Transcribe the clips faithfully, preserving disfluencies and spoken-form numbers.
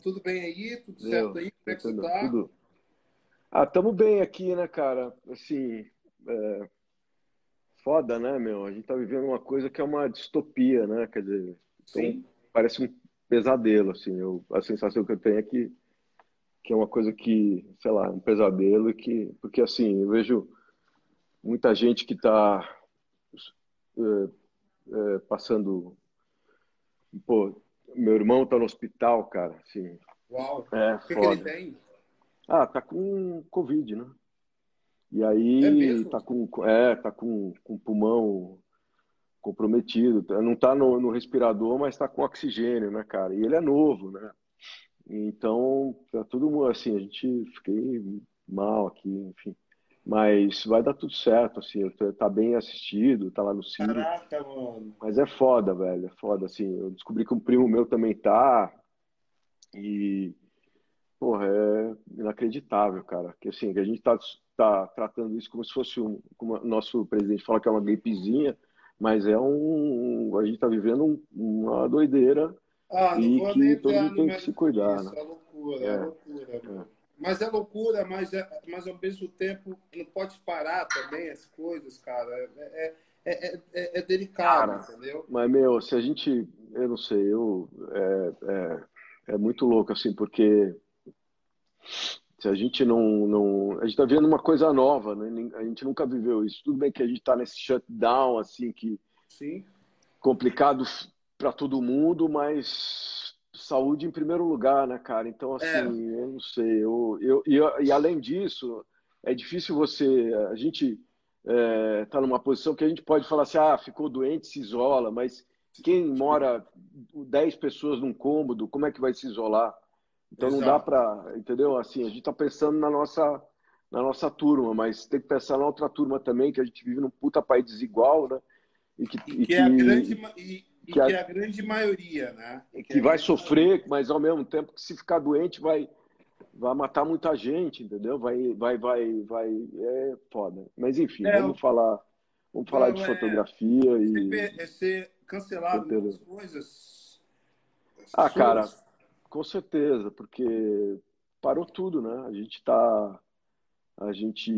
tudo bem aí? Tudo certo Meu, aí? Como tá é que você tudo, tá? tudo. Ah, tamo bem aqui, né, cara? Assim, é, foda, né, meu? A gente tá vivendo uma coisa que é uma distopia, né? Quer dizer, então Sim. parece um pesadelo, assim. Eu, a sensação que eu tenho é que, que é uma coisa que, sei lá, um pesadelo e que, porque assim, eu vejo muita gente que tá é, é, passando, pô, meu irmão tá no hospital, cara, assim, Uau. é O que que ele foda. tem? Ah, tá com Covid, né? E É aí mesmo? tá com, é, tá com, com o pulmão comprometido. Não tá no, no respirador, mas tá com oxigênio, né, cara? E ele é novo, né? Então, tá tudo assim, a gente fiquei mal aqui, enfim. Mas vai dar tudo certo, assim, tá bem assistido, tá lá no Sírio. Caraca, mano. Mas é foda, velho, é foda, assim. Eu descobri que um primo meu também tá e, porra, é inacreditável, cara. Que assim, que a gente tá, tá tratando isso como se fosse um, como o nosso presidente fala que é uma gripezinha, mas é um, a gente tá vivendo um- uma doideira Ah, não e vou nem que todo entrar mundo no tem que se mérito cuidar, disso. né? É loucura, é É, loucura, é. mano. Mas é loucura, mas, é, mas ao mesmo tempo não pode parar também as coisas, cara. É, é, é, é, é delicado, Cara, entendeu? mas meu, se a gente, eu não sei, eu é, é, é muito louco assim, porque se a gente não, não, a gente tá vendo uma coisa nova, né? A gente nunca viveu isso. Tudo bem que a gente tá nesse shutdown assim que Sim. complicado para todo mundo, mas saúde em primeiro lugar, né, cara? Então, É, assim, eu não sei. Eu, eu, e, e além disso, é difícil você. A gente é, tá numa posição que a gente pode falar assim: ah, ficou doente, se isola, mas quem mora dez pessoas num cômodo, como é que vai se isolar? Então não dá exato. para, entendeu? Assim, a gente está pensando na nossa na nossa turma, mas tem que pensar na outra turma também, que a gente vive num puta país desigual, né? E que, E e que é a grande, que, ma- e, e que, que a, é a grande maioria, né? E que é que a vai grande maioria. sofrer, mas ao mesmo tempo que se ficar doente vai, vai matar muita gente, entendeu? Vai, vai, vai, vai, é foda. Mas enfim, É, vamos falar, vamos falar de não, é, fotografia ser, e pe- é ser cancelado muitas conteúdo. coisas Ah, cara, suas. com certeza, porque parou tudo, né? A gente tá, a gente,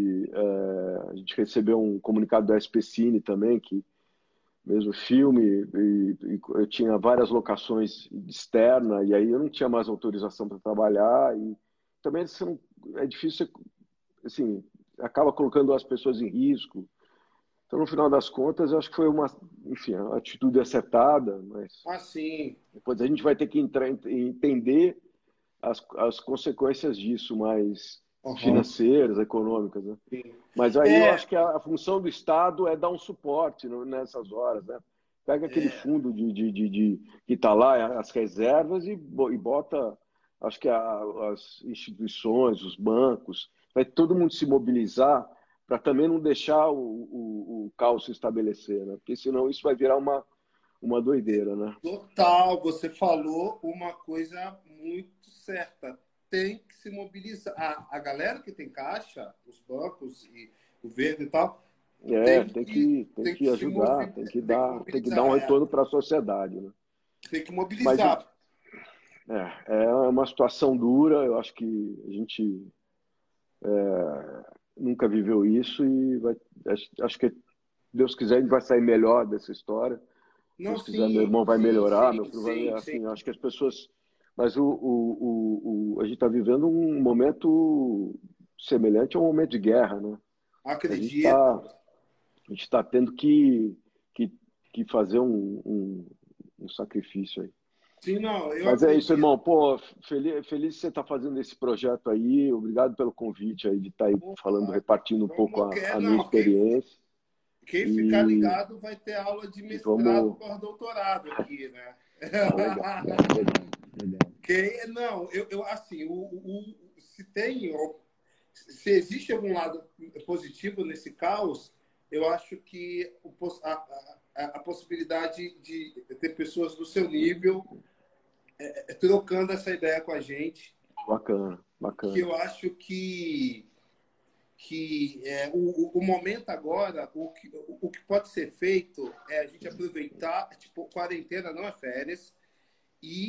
é, a gente recebeu um comunicado da S P Cine também que mesmo filme, e, e eu tinha várias locações externa, e aí eu não tinha mais autorização para trabalhar, e também você não, é difícil, assim, acaba colocando as pessoas em risco. Então, no final das contas, eu acho que foi uma, enfim, uma atitude acertada, mas Assim, depois a gente vai ter que entrar, entender as, as consequências disso, mais aham, financeiras, econômicas, né? sim. Mas aí eu É, acho que a, a função do Estado é dar um suporte no- nessas horas, né? Pega aquele é, fundo de, de, de, de- que está lá, as reservas, e, bo- e bota, acho que a- as instituições, os bancos, vai todo mundo se mobilizar para também não deixar o, o, o caos se estabelecer, né? Porque senão isso vai virar uma, uma doideira, né? total. Você falou uma coisa muito certa. Tem que se mobilizar. A, a galera que tem caixa, os bancos e o governo e tal, É, tem tem que, que, tem tem que que se ajudar, movi, tem que tem que dar, tem que dar um mobilizar. É, retorno para a sociedade, né? tem que Mas mobilizar. é, é uma situação dura, eu acho que a gente nunca viveu isso e vai, acho, acho que Deus quiser a gente vai sair melhor dessa história. Não, Deus quiser, meu sim, irmão vai sim, melhorar, sim, meu primo vai, sim, sim. assim, acho que as pessoas, mas o, o, o, o a gente está vivendo um momento semelhante a um momento de guerra, né? A gente está Acredito. a gente está tendo que, que, que fazer um, um, um sacrifício aí. Sim, não, eu Mas é isso, acredito. irmão. Pô, feliz, feliz que você está fazendo esse projeto aí. Obrigado pelo convite aí de estar aí falando, Opa, repartindo um pouco vamos, a, quer, a minha não, quem, experiência. quem ficar E, ligado vai ter aula de e mestrado vamos. pós-doutorado aqui, né? Ah, legal, legal, legal. Quem, não, eu, eu assim, o, o, se tem, se existe algum lado positivo nesse caos, eu acho que o, a, a, a possibilidade de ter pessoas do seu nível é, trocando essa ideia com a gente, Bacana, que bacana. eu acho que que é, o, o momento agora, o que, o que pode ser feito é a gente aproveitar, tipo, quarentena não é férias, e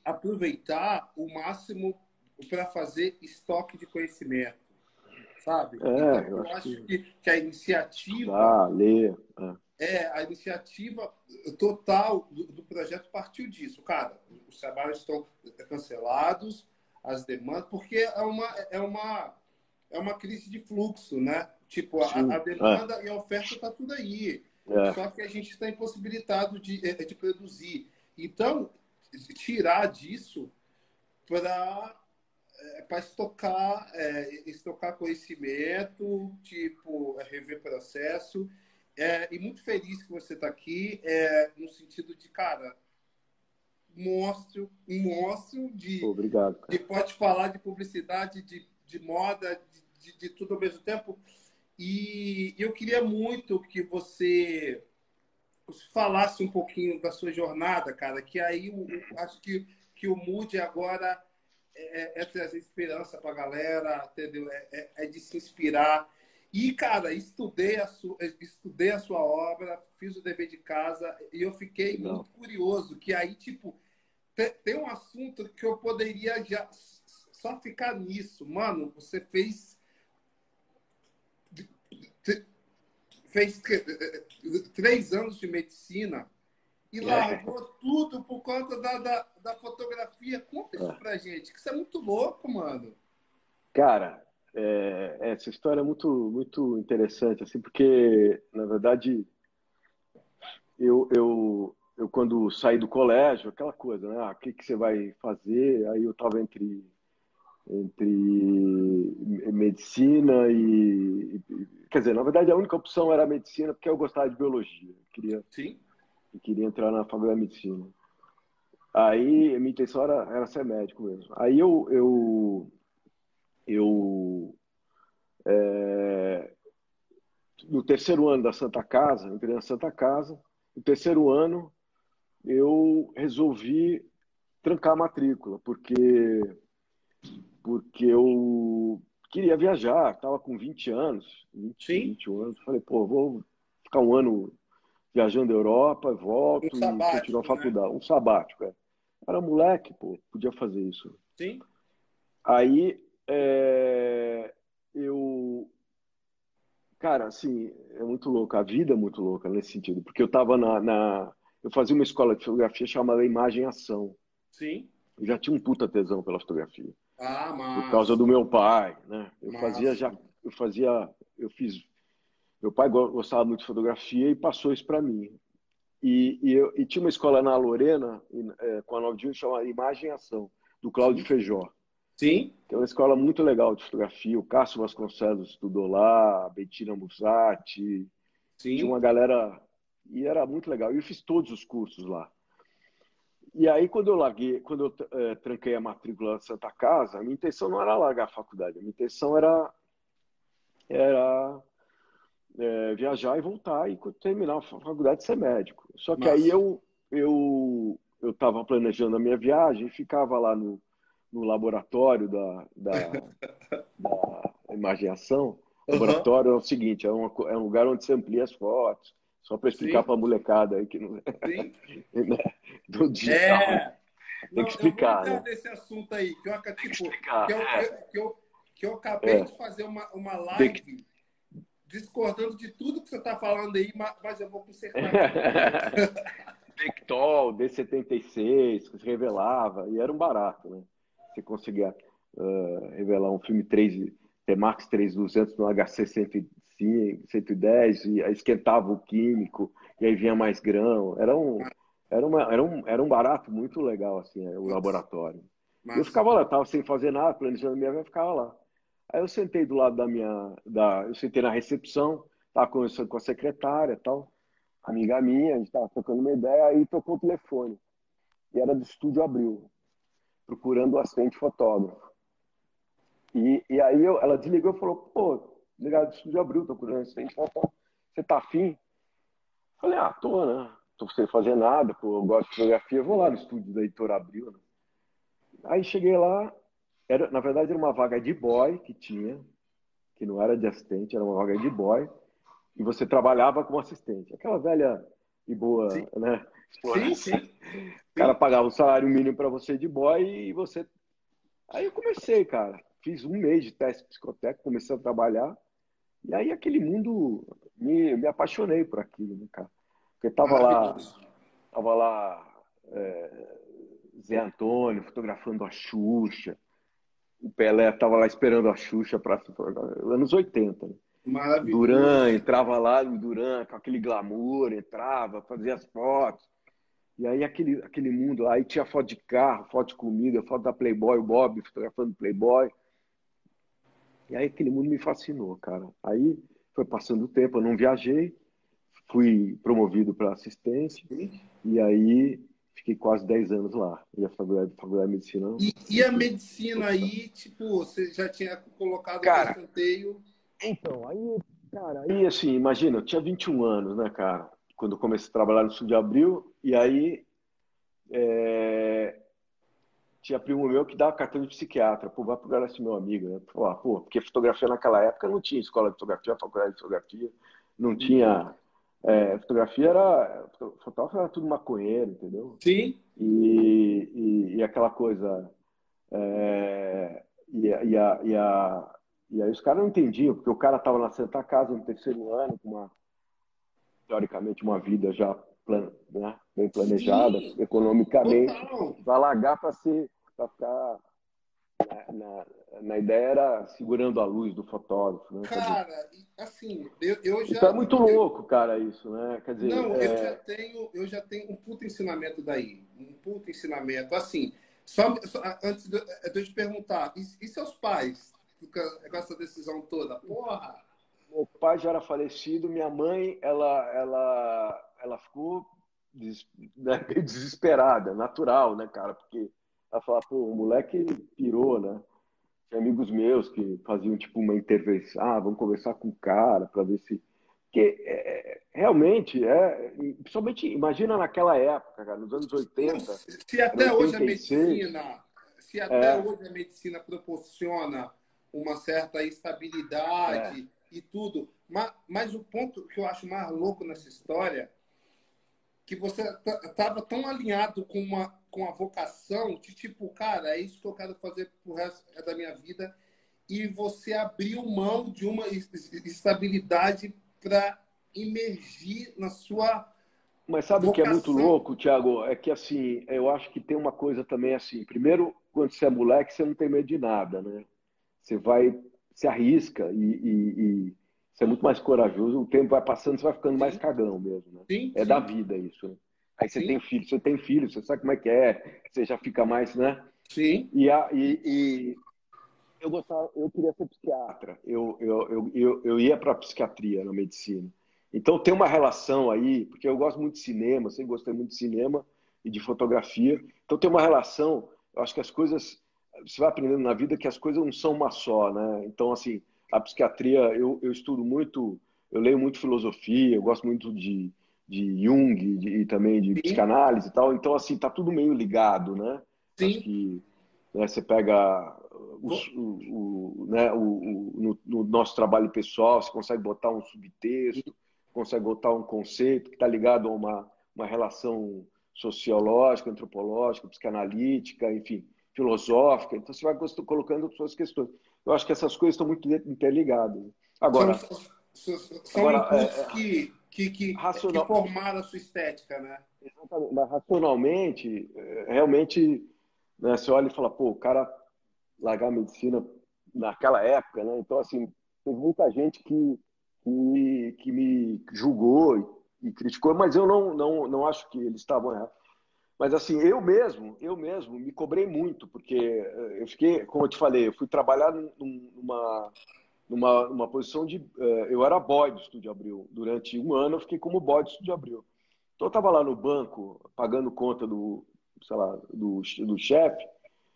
aproveitar o máximo para fazer estoque de conhecimento, sabe? Então, É, eu eu acho acho que. que, que a iniciativa, Ah, ler. É. é, a iniciativa total do, do projeto partiu disso. Cara, os trabalhos estão cancelados, as demandas, porque é uma, é uma, é uma crise de fluxo, né? Tipo, a, a Sim. É. demanda e a oferta está tudo aí. É. Só que a gente está impossibilitado de, de produzir. Então, tirar disso para para estocar, é, estocar conhecimento, tipo, é, rever processo. É, e muito feliz que você está aqui, é, no sentido de, cara, monstro, um monstro Pô, de, obrigado, de cara. pode falar de publicidade, de, de moda, de, de, de tudo ao mesmo tempo. E eu queria muito que você falasse um pouquinho da sua jornada, cara, que aí o, o, acho que, que o Mood agora é, é trazer esperança para a galera, entendeu? É, é, é de se inspirar. E, cara, estudei a, sua, estudei a sua obra, fiz o dever de casa e eu fiquei Legal. muito curioso, que aí, tipo, tem, tem um assunto que eu poderia já só ficar nisso. Mano, você fez fez três anos de medicina e É, largou tudo por conta da, da, da fotografia. Conta isso é. pra gente, que isso é muito louco, mano. Cara, é, essa história é muito, muito interessante, assim, porque, na verdade, eu, eu, eu quando saí do colégio, aquela coisa, né? Ah, o que, que você vai fazer? Aí eu estava entre, entre medicina e, e- Quer dizer, na verdade, a única opção era a medicina, porque eu gostava de biologia. Eu queria, Sim? eu queria entrar na faculdade de medicina. Aí, a minha intenção era, era ser médico mesmo. Aí eu, eu, eu é, no terceiro ano da Santa Casa, eu entrei na Santa Casa, no terceiro ano eu resolvi trancar a matrícula, porque, porque eu queria viajar, estava com vinte anos, vinte, Sim? vinte e um anos, falei, pô, vou ficar um ano viajando a Europa, Um volto e continuo a sabático, né? faculdade, um sabático, é. Era moleque, pô, podia fazer isso. Sim? Aí, é, eu, cara, assim, é muito louco, a vida é muito louca nesse sentido, porque eu tava na, na- eu fazia uma escola de fotografia chamada Imagem e Ação. Sim? Eu já tinha um puta tesão pela fotografia, Ah, por causa do massa. meu pai, né? Eu fazia Massa. já, eu fazia, eu fiz, meu pai go- gostava muito de fotografia e passou isso para mim. E, e, eu, e tinha uma escola na Lorena, em- é, com a Nove de Julho, chamada Imagem e Ação, do Cláudio Sim? Feijó. Sim? Que é uma escola muito legal de fotografia. O Cássio Vasconcelos estudou lá, a Bettina Musatti, tinha Sim? uma galera e era muito legal. E eu fiz todos os cursos lá. E aí quando eu larguei, quando eu eh, tranquei a matrícula da Santa Casa, a minha intenção não era largar a faculdade, a minha intenção era era eh, viajar e voltar e quando terminar a faculdade ser médico. Só que aí Massa. eu eu eu estava planejando a minha viagem, ficava lá no, no laboratório da, da, da imaginação. Aham. Laboratório é o seguinte, é, uma, é um lugar onde você amplia as fotos, só para explicar Sim? para a molecada aí que não, Sim? né, do digital, né? É. Tem que Não, eu vou explicar, entrar né? nesse assunto aí, que eu, aca- Tem que tipo, que explicar. eu, que É, eu, que eu, que eu acabei é. de fazer uma, uma Tem que... live discordando de tudo que você está falando aí, ma- mas eu vou consertar aqui depois. Vectol, D setenta e seis, que se revelava, e era um barato, né? Você conseguia uh, revelar um filme três, T-Max três mil e duzentos no H C cento e cinco, cento e dez, e aí esquentava o químico, e aí vinha mais grão. Era um, era uma, era um, era um barato muito legal, assim, o Massa, laboratório. E eu massa. ficava lá, estava sem fazer nada, planejando minha vida, eu ficava lá. Aí eu sentei do lado da minha, da, eu sentei na recepção, estava conversando com a secretária e tal, amiga minha, a gente estava trocando uma ideia, aí tocou o telefone. E era do Estúdio Abril, procurando o assistente fotógrafo. E, e aí eu, ela desligou e falou, pô, ligado do Estúdio Abril, tô procurando assistente fotógrafo. Você tá afim? Falei, ah, tô, né? Tô sem fazer nada, pô, eu gosto de fotografia, vou lá no estúdio da Editora Abril, né? Aí cheguei lá, era, na verdade era uma vaga de boy que tinha, que não era de assistente, era uma vaga de boy, e você trabalhava como assistente. Aquela velha e boa, Sim, né? Sim, sim, O cara sim. pagava o salário mínimo para você de boy e você. Aí eu comecei, cara. Fiz um mês de teste psicotécnico, comecei a trabalhar. E aí aquele mundo, me, me apaixonei por aquilo, né, cara? Porque tava lá, Maravilhoso. tava lá é, Zé Antônio fotografando a Xuxa. O Pelé tava lá esperando a Xuxa para anos oitenta, né? O Duran Maravilhoso. entrava lá, o Duran com aquele glamour, entrava, fazia as fotos. E aí aquele, aquele mundo, aí tinha foto de carro, foto de comida, foto da Playboy, o Bob fotografando Playboy. E aí aquele mundo me fascinou, cara. Aí foi passando o tempo, eu não viajei, fui promovido para assistente, e aí fiquei quase dez anos lá. E a faculdade, faculdade de medicina, E, e a sempre medicina gostei. aí, tipo, você já tinha colocado para Cara, escanteio. então, aí, cara, aí assim, imagina, eu tinha vinte e um anos, né, cara, quando eu comecei a trabalhar no Sul de Abril, e aí é, tinha primo meu que dava cartão de psiquiatra. Pô, vai procurar esse meu amigo, né? Pô, pô, porque fotografia naquela época não tinha escola de fotografia, faculdade de fotografia, não Uhum. tinha. É, fotografia era. Fotógrafo era tudo maconheiro, entendeu? Sim, E, e, e aquela coisa. É, e, a, e, a, e, a, e aí os caras não entendiam, porque o cara estava na Santa Casa no terceiro ano, com uma, teoricamente, uma vida já plan, né, bem planejada, sim, economicamente, total. vai largar para ser, para ficar na, na, na ideia era segurando a luz do fotógrafo, né? Quer dizer, Cara, e, assim, eu, eu então é já. muito eu- louco, cara, isso, né? Quer dizer, não, eu já é, tenho, eu já tenho um puto ensinamento daí. Um puto ensinamento. Assim, só, só antes de, de eu te perguntar, e, e seus pais com com essa decisão toda? Porra! meu pai já era falecido, minha mãe, ela, ela, ela ficou des, né, meio desesperada, natural, né, cara? Porque ela falava, pô, o moleque pirou, né? Tinha amigos meus que faziam tipo uma intervenção, ah, vamos conversar com o cara para ver se. Porque é, realmente, é, principalmente, imagina naquela época, cara, nos anos Não, oitenta, se, se era até hoje a oitenta e seis, medicina, se até é, hoje a medicina proporciona uma certa é, estabilidade e tudo, mas, mas o ponto que eu acho mais louco nessa história que você estava tão alinhado com uma com a vocação de tipo, cara, é isso que eu quero fazer pro resto da minha vida e você abriu mão de uma estabilidade para imergir na sua mas sabe o que é muito vocação. louco, Thiago? É que assim, eu acho que tem uma coisa também assim. Primeiro, quando você é moleque, você não tem medo de nada, né? Você vai, se arrisca e, e, e você é muito mais corajoso. O tempo vai passando, você vai ficando mais Sim, cagão mesmo, né? sim, É da sim, vida isso, né? Aí você tem sim, filho, você tem filho, você sabe como é que é, você já fica mais, né? sim. E, a, e, e eu gostava, eu queria ser psiquiatra. Eu, eu, eu, eu, eu ia para a psiquiatria na medicina. Então tem uma relação aí, porque eu gosto muito de cinema, sempre gostei muito de cinema e de fotografia. Então tem uma relação, eu acho que as coisas, você vai aprendendo na vida que as coisas não são uma só, né? Então, assim, a psiquiatria, eu, eu estudo muito, eu leio muito filosofia, eu gosto muito de, de Jung de, e também de Sim, psicanálise e tal. Então, assim, tá tudo meio ligado, né? Acho sim. que né, você pega o, Vo- o, o, né, o, o no, no, nosso trabalho pessoal, você consegue botar um subtexto, consegue botar um conceito que está ligado a uma, uma relação sociológica, antropológica, psicanalítica, enfim, filosófica. Então você vai colocando suas questões. Eu acho que essas coisas estão muito interligadas. São, Agora, são, são agora é, inputs é, que, que, que, que racional, formaram a sua estética, né? exatamente, mas racionalmente, é, realmente, né, você olha e fala, pô, o cara largar a medicina naquela época, né? Então, assim, teve muita gente que, que, que me julgou e, e criticou, mas eu não, não, não acho que eles estavam errados. Mas, assim, eu mesmo, eu mesmo me cobrei muito, porque eh, eu fiquei, como eu te falei, eu fui trabalhar num- numa, numa, numa posição de. eh, Eu era boy do Estúdio Abril. Durante um ano eu fiquei como boy do Estúdio Abril. Então, eu estava lá no banco, pagando conta do, sei lá, do, do chefe,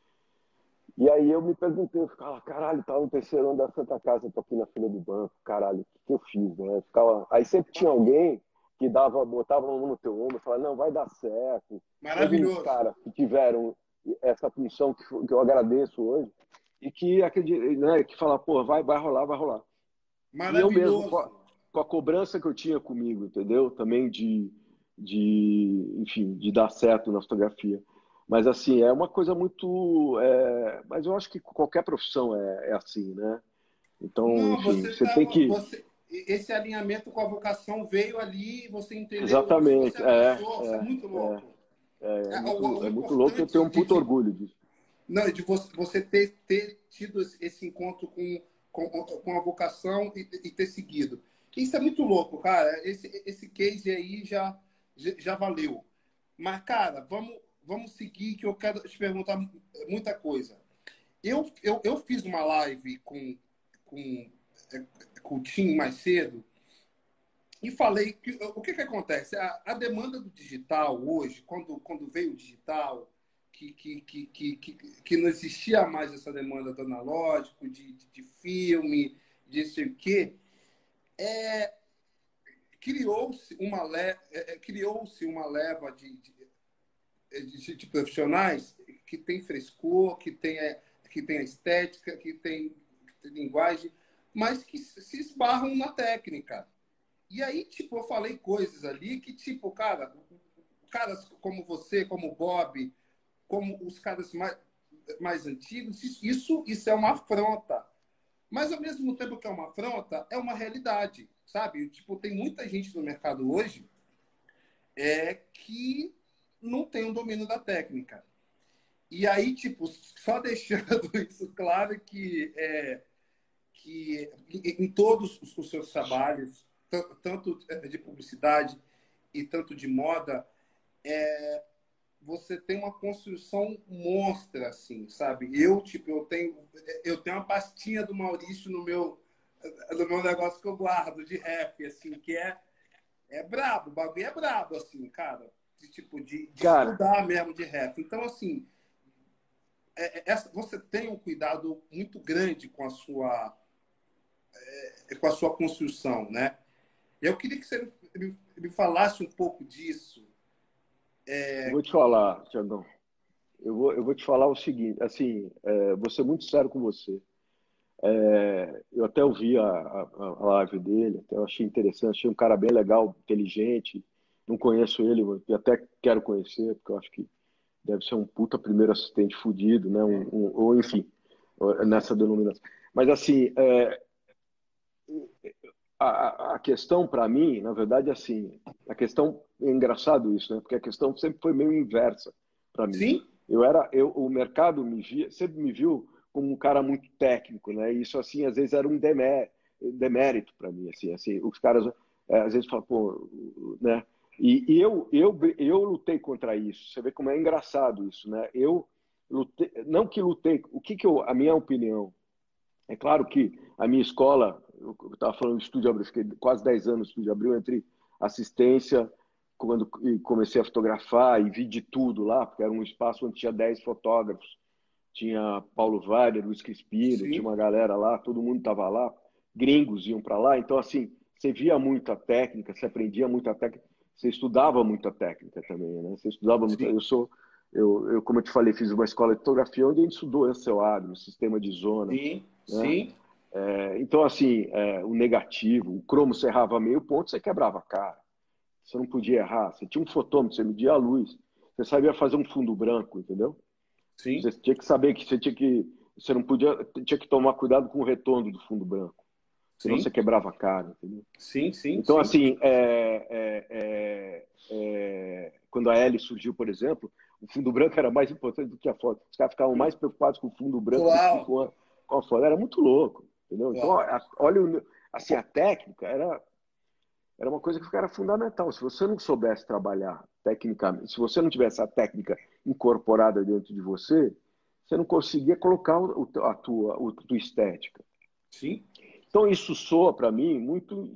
e aí eu me perguntei, eu ficava, caralho, tava no terceiro ano da Santa Casa, eu tô aqui na fila do banco, caralho, o que, que eu fiz, né? Eu ficava... Aí sempre tinha alguém que dava, botava a mão no teu ombro e falava, não, vai dar certo. Teve uns Maravilhoso. caras que tiveram essa função que, que eu agradeço hoje e que, acredi- né, que fala, pô, vai, vai rolar, vai rolar. E eu mesmo, com a, Maravilhoso. com a cobrança que eu tinha comigo, entendeu? Também de, de, enfim, de dar certo na fotografia. Mas, assim, é uma coisa muito... É, mas eu acho que qualquer profissão é, é assim, né? Então, Não, enfim, você você tá, tem que... você, esse alinhamento com a vocação veio ali, você entendeu isso, você Exatamente, é, abraçou, isso é é, muito é, louco. é, é É, o, muito, o é muito louco e eu tenho importante um de, puto de, orgulho disso. não, de você, você ter, ter tido esse encontro com, com, com a vocação e, e ter seguido. Isso é muito louco, cara. Esse, esse case aí já, já valeu. Mas, cara, vamos, vamos seguir, que eu quero te perguntar muita coisa. Eu, eu, eu fiz uma live com, com, com o Tim mais cedo e falei que o que, que acontece? A, a demanda do digital hoje, quando, quando veio o digital, que, que, que, que, que, que não existia mais essa demanda do analógico, de, de, de filme, de sei o quê, é, criou-se uma, le, é, criou-se uma leva de, de, de, de profissionais que tem frescor, que tem, é, que tem a estética, que tem, que tem linguagem, mas que se esbarram na técnica. E aí, tipo, eu falei coisas ali que, tipo, cara, caras como você, como o Bob, como os caras mais, mais antigos, isso, isso é uma afronta. Mas, ao mesmo tempo que é uma afronta, é uma realidade, sabe? Tipo, tem muita gente no mercado hoje é, que não tem o domínio da técnica. E aí, tipo, só deixando isso claro que, é, que em todos os seus trabalhos, tanto de publicidade e tanto de moda, é, você tem uma construção monstra, assim, sabe? Eu, tipo, eu tenho, eu tenho uma pastinha do Maurício no meu, no meu negócio que eu guardo de ref, assim, que é, é brabo, o bagulho é brabo, assim, cara, de, tipo, de, de Cara, estudar mesmo de ref. Então, assim, é, é, essa, você tem um cuidado muito grande com a sua, é, com a sua construção, né? Eu queria que você me, me falasse um pouco disso. eu É, vou te que... falar, Tiagão, eu vou, eu vou te falar o seguinte, assim, é, vou ser muito sério com você. É, eu até ouvi a, a, a live dele, até eu achei interessante, achei um cara bem legal, inteligente. Não conheço ele, eu até quero conhecer, porque eu acho que deve ser um puta primeiro assistente fudido, né? Um, um, ou enfim, nessa denominação. Mas assim, é, a, a questão para mim, na verdade, assim, a questão é engraçado isso, né? Porque a questão sempre foi meio inversa para mim. Sim? Eu era, eu, o mercado me via, sempre me viu como um cara muito técnico, né? E isso assim, às vezes era um demé, demérito para mim, assim, assim, os caras é, às vezes falam, pô, né? E, e eu, eu, eu lutei contra isso. Você vê como é engraçado isso, né? Eu lutei, não que lutei, o que que eu, a minha opinião é claro que a minha escola, eu estava falando de Estúdio Abril, fiquei quase dez anos no Estúdio Abril, entre assistência, quando comecei a fotografar e vi de tudo lá, porque era um espaço onde tinha dez fotógrafos, tinha Paulo Weiler, Luiz Crispino, tinha Sim. uma galera lá, todo mundo estava lá, gringos iam para lá, então assim, você via muita técnica, você aprendia muita técnica, você estudava muita técnica também, né? Você estudava muito, Sim. eu sou, eu, eu como eu te falei, fiz uma escola de fotografia onde a gente estudou Ansel Adams, sistema de zona, Sim, né? sim, É, então, assim, é, o negativo, o cromo você errava meio ponto, você quebrava a cara. Você não podia errar. Você tinha um fotômetro, você media a luz. Você sabia fazer um fundo branco, entendeu? sim, Você tinha que saber que você tinha que. Você não podia. Tinha que tomar cuidado com o retorno do fundo branco. Senão você sim, quebrava a cara, entendeu? sim, sim, Então, sim, assim, é, é, é, é, quando a L surgiu, por exemplo, o fundo branco era mais importante do que a foto. Os caras ficavam mais preocupados com o fundo branco do que claro, com a, com a foto. Era muito louco, entendeu? Então, claro, a- olha, o- assim, a técnica era, era uma coisa que era fundamental. Se você não soubesse trabalhar tecnicamente, se você não tivesse a técnica incorporada dentro de você, você não conseguia colocar o, a tua, a tua estética. sim. Então, isso soa para mim muito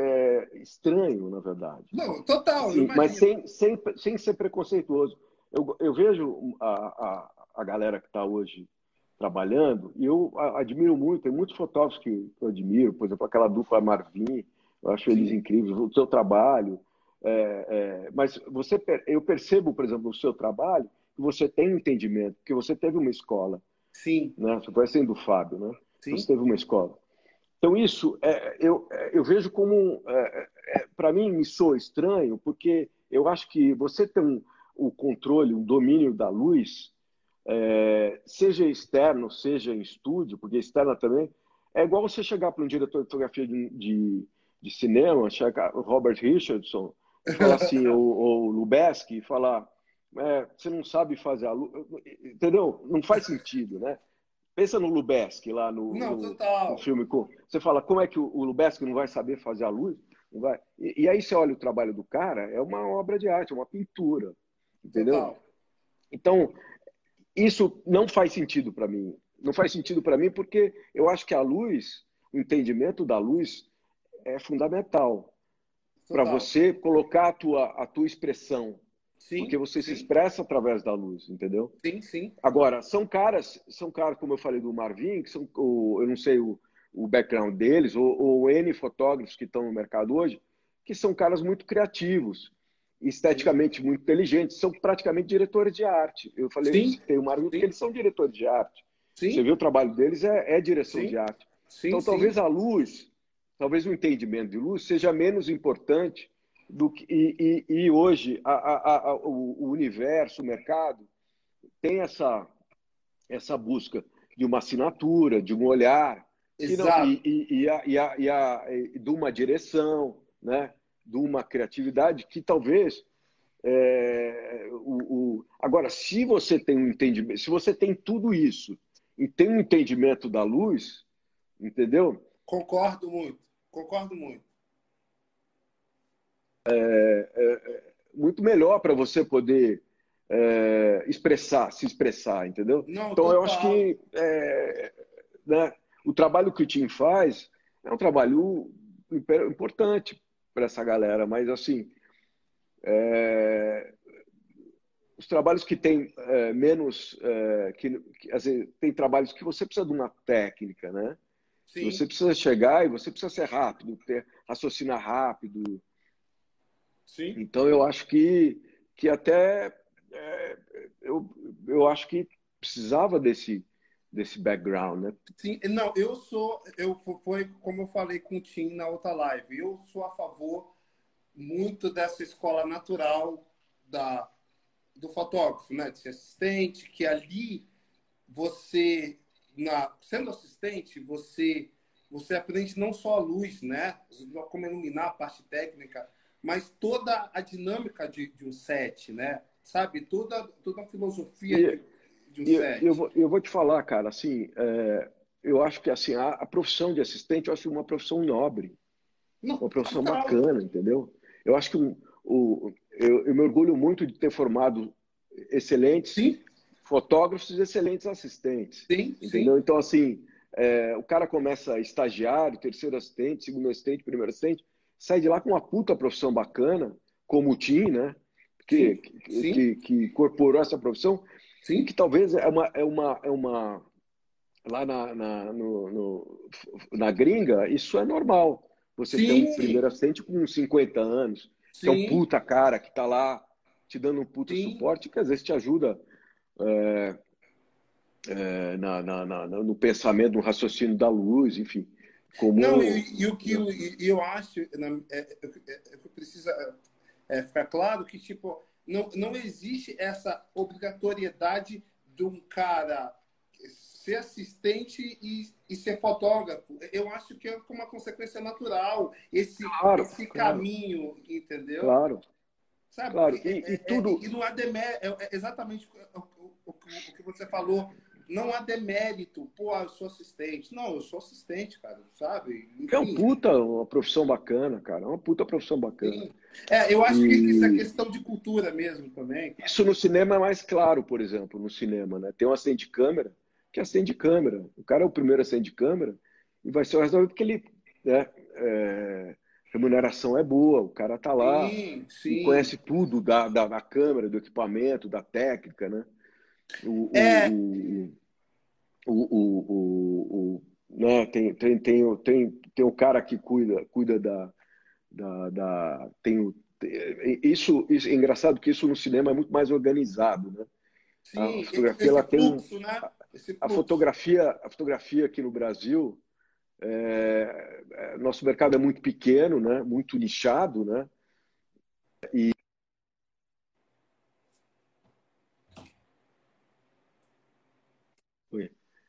é, estranho, na verdade. Não, total, eu Assim, mas imagino. sem, sem, sem ser preconceituoso. Eu, eu vejo a, a, a galera que está hoje trabalhando e eu admiro muito. Tem muitos fotógrafos que eu admiro, por exemplo, aquela dupla Marvin, eu acho eles Sim, incríveis, o seu trabalho. É, é, mas você, eu percebo, por exemplo, no seu trabalho, que você tem entendimento, que você teve uma escola, sim, né? Você foi sendo do Fábio, né? Você sim, teve uma escola. Então, isso é, eu, eu vejo como, é, é, para mim, me soa estranho, porque eu acho que você tem um, o controle, o domínio da luz, é, seja externo, seja em estúdio, porque externa também, é igual você chegar para um diretor de fotografia de, de, de cinema, chegar o Robert Richardson, e falar assim, ou, ou Lubeski, e falar, é, você não sabe fazer a luz, entendeu? Não faz sentido, né? Pensa no Lubeski lá no, Não, no, no total. filme. Com, você fala, como é que o, o Lubeski não vai saber fazer a luz? Não vai. E, e aí você olha o trabalho do cara, é uma obra de arte, é uma pintura, entendeu? Total. Então, isso não faz sentido para mim. Não faz sentido para mim porque eu acho que a luz, o entendimento da luz é fundamental para Total. você colocar a tua, a tua expressão, porque Sim, você se sim, expressa através da luz, entendeu? sim, sim. Agora, são caras, são caras, como eu falei do Marvin, que são, o, eu não sei o, o background deles, ou, ou N fotógrafos que estão no mercado hoje, que são caras muito criativos, Sim, esteticamente muito inteligentes, são praticamente diretores de arte. Eu falei, sim, citei o Marvin porque sim, eles são diretores de arte. Você sim, vê o trabalho deles, é, é direção de sim, arte. sim, Então, sim. talvez a luz, talvez o entendimento de luz seja menos importante do que. E, e, e hoje, a, a, a, o, o universo, o mercado, tem essa, essa busca de uma assinatura, de um olhar, que não, Exato. e, e, e, a, e, a, e, a, e de uma direção, né? De uma criatividade que talvez. É, o, o... Agora, se você tem um entendimento, se você tem tudo isso e tem um entendimento da luz, entendeu? Concordo muito. Concordo muito. Muito melhor para você poder é, expressar, se expressar, entendeu? Não, Então, eu acho total. que é, né, o trabalho que o Tim faz é um trabalho importante para essa galera, mas assim, é, os trabalhos que têm é, menos, é, que, que assim, tem trabalhos que você precisa de uma técnica, né? Que você Sim, precisa chegar e você precisa ser rápido, ter, raciocinar rápido. sim. Então eu acho que, que até é, eu, eu acho que precisava desse, desse background, né? Sim, não, eu sou, eu foi como eu falei com o Tim na outra live, eu sou a favor muito dessa escola natural da do fotógrafo, né, de ser assistente, que ali você na sendo assistente, você você aprende não só a luz, né, como iluminar a parte técnica, mas toda a dinâmica de, de um set, né? Sabe, toda toda a filosofia E, de, de um e eu, set. vou, eu vou te falar, cara, assim, é, eu acho que assim, a, a profissão de assistente eu acho uma profissão nobre, Não, uma profissão total. bacana, entendeu? Eu acho que o, o, eu, eu me orgulho muito de ter formado excelentes Sim, fotógrafos e excelentes assistentes, sim, sim. entendeu? Então, assim, é, o cara começa estagiário, terceiro assistente, segundo assistente, primeiro assistente, sai de lá com uma puta profissão bacana, como o Tim, né? Que, Sim, que, sim, que, que incorporou essa profissão e sim, que talvez é uma, é uma, é uma lá na, na, no, no, na gringa, isso é normal. Você ter um sim, primeiro assistente com cinquenta anos, que é um sim, puta cara, que está lá te dando um puta sim. suporte, que às vezes te ajuda é, é, na, na, na, no pensamento, no raciocínio da luz, enfim. Não, Como. e, e o que Né? eu, e eu acho, né, é, é, é, é, precisa é, ficar claro que tipo não, não existe essa obrigatoriedade de um cara ser assistente e, e ser fotógrafo. Eu acho que é uma consequência natural esse Claro, esse claro, caminho, entendeu? claro, Sabe? claro. É, E, e é, é, tudo. e não há demérito, é exatamente o, o, o, o que você falou. Não há demérito, pô, eu sou assistente. Não, eu sou assistente, cara, sabe? É um Enfim, puta, uma profissão bacana, cara. É uma puta profissão bacana. sim. É, eu acho que isso é E questão de cultura mesmo também, cara. isso no cinema é mais claro, por exemplo, no cinema, né? Tem um assistente de câmera que é assistente de câmera. O cara é o primeiro assistente de câmera e vai ser o resto porque ele, né, é, remuneração é boa, o cara tá lá Sim, e sim. conhece tudo da, da, da câmera, do equipamento, da técnica, né? É, O, o, o, o, o, o, né? Tem, tem, tem, tem, tem o cara que cuida, cuida da, da, da tem o, isso, isso é engraçado que isso no cinema é muito mais organizado, né? A sim. fotografia Esse ela tem fluxo, né? Esse a fluxo. fotografia a fotografia aqui no Brasil é, é, nosso mercado é muito pequeno, né? Muito nichado, né?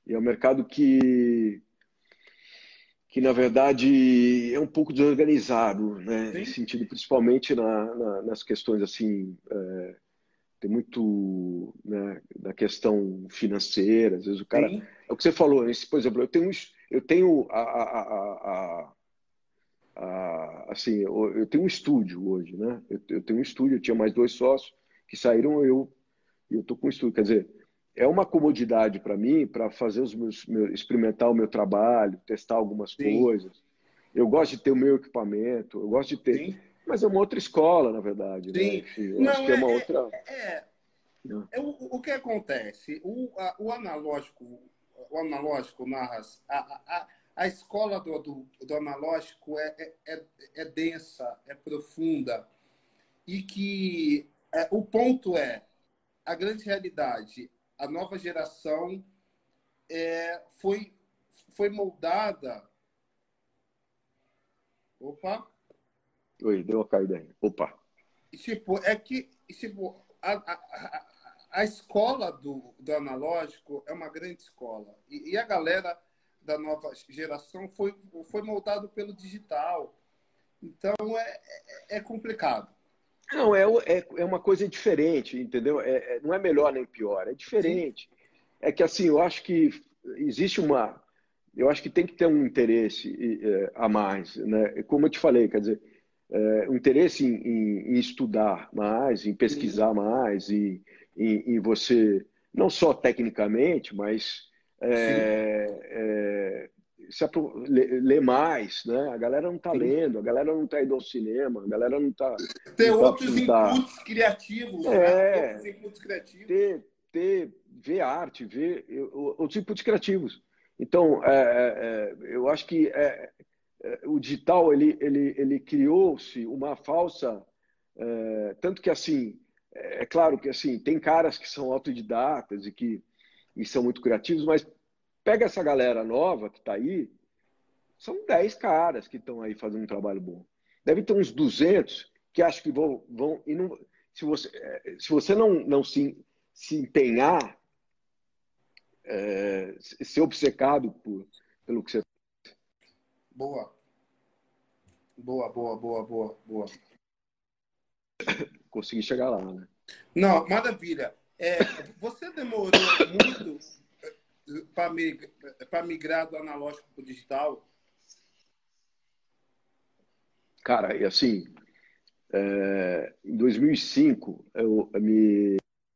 E é um mercado que, que na verdade, é um pouco desorganizado, né? Nesse Sim, sentido, principalmente na, na, nas questões assim, é, tem muito, né, da questão financeira. Às vezes o cara, sim, é o que você falou, esse, por exemplo, eu tenho, eu tenho a, a, a, a ah, assim, eu, eu tenho um estúdio hoje, né? Eu, eu tenho um estúdio, eu tinha mais dois sócios que saíram, eu eu tô com um estúdio. Quer dizer, é uma comodidade para mim, para fazer os meus, meu, experimentar o meu trabalho, testar algumas sim, coisas. Eu gosto de ter o meu equipamento, eu gosto de ter, sim, mas é uma outra escola, na verdade, né? sim. Enfim, eu acho Não, que é uma é, outra. é, é, Né? é o, o que acontece? O, a- o analógico, o analógico, Narras, a, a, a escola do, do, do analógico é, é, é, é densa, é profunda, e que é, o ponto é, a grande realidade, a nova geração é, foi, foi moldada. Opa! Oi, deu uma caída aí. Opa. Tipo, é que tipo, a, a, a, a escola do, do analógico é uma grande escola. E, e a galera da nova geração foi, foi moldado pelo digital. Então é, é, é complicado. Não, é, é, é uma coisa diferente, entendeu? É, é- não é melhor nem pior, é Sim, diferente. É que assim, eu acho que existe uma. Eu acho que tem que ter um interesse é, a mais, né? Como eu te falei, quer dizer, é, um interesse em, em- em estudar mais, em sim, pesquisar mais, em, em, em você, não só tecnicamente, mas sim, é, é, se apro- ler, ler mais, né? A galera não está sim. lendo, a galera não está indo ao cinema, a galera não está Ter não tá, outros não tá, inputs criativos, né? Outros é, inputs criativos. ter, ter, ver arte, ver eu- outros inputs criativos. Então, é, é, é, eu acho que é, é, o digital ele, ele, ele criou-se uma falsa, é, tanto que assim, é, é claro que assim tem caras que são autodidatas e que e são muito criativos, mas pega essa galera nova que está aí, são dez caras que estão aí fazendo um trabalho bom. Deve ter uns duzentos que acham que vão, vão e não, se você, eh, se você não, não se, se empenhar, é, ser obcecado por, pelo que você Boa, boa, boa, boa, boa, boa. conseguir chegar lá, né? Não, maravilha. É, você demorou muito para migrar do analógico para o digital? Cara, e assim, é, em dois mil e cinco, eu, eu me,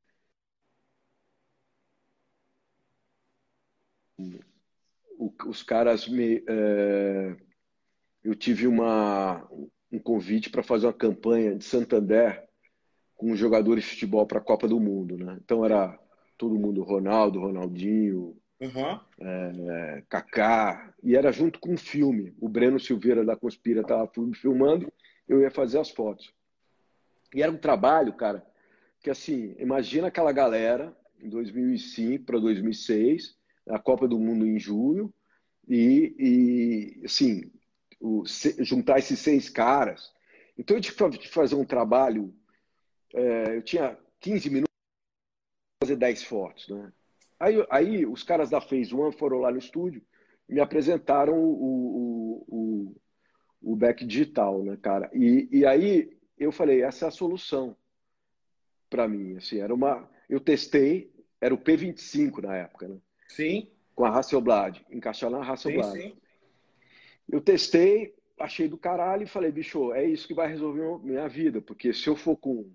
o, os caras me, é, eu tive uma, um convite para fazer uma campanha de Santander com jogadores de futebol para a Copa do Mundo, né? Então era todo mundo, Ronaldo, Ronaldinho, Uhum. é, Kaká, e era junto com um filme. O Breno Silveira da Conspira estava filmando, eu ia fazer as fotos. E era um trabalho, cara, que assim, imagina aquela galera em dois mil e cinco para dois mil e seis, a Copa do Mundo em junho, e, e assim, o, se, juntar esses seis caras. Então eu tive que fazer um trabalho, é, eu tinha quinze minutos para fazer dez fotos, né? Aí, aí os caras da Phase One foram lá no estúdio e me apresentaram o, o, o, o back digital, né, cara? E, e aí eu falei, essa é a solução para mim. Assim, era uma, eu testei, era o P vinte e cinco na época, né? Sim, Com a Hasselblad, encaixar na sim, Hasselblad. sim. Eu testei, achei do caralho e falei, bicho, é isso que vai resolver minha vida, porque se eu for com,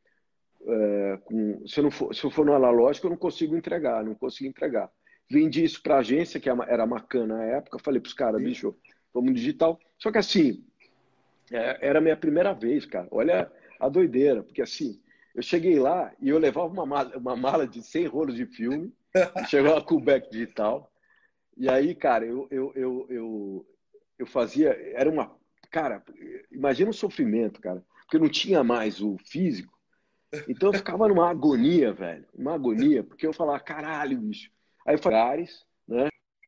é, com se eu não for, se eu for no analógico, eu não consigo entregar, não consigo entregar. Vendi isso para a agência, que era Macan na época, falei para os caras, Sim. bicho, vamos no digital. Só que assim, é, era a minha primeira vez, cara. Olha a doideira, porque assim, eu cheguei lá e eu levava uma mala, uma mala de cem rolos de filme, e chegou a Quebec digital. E aí, cara, eu, eu, eu, eu, eu fazia. Era uma. Cara, imagina o sofrimento, cara, porque eu não tinha mais o físico. Então eu ficava numa agonia, velho. Uma agonia, porque eu falava, caralho, bicho. Aí eu falei, né?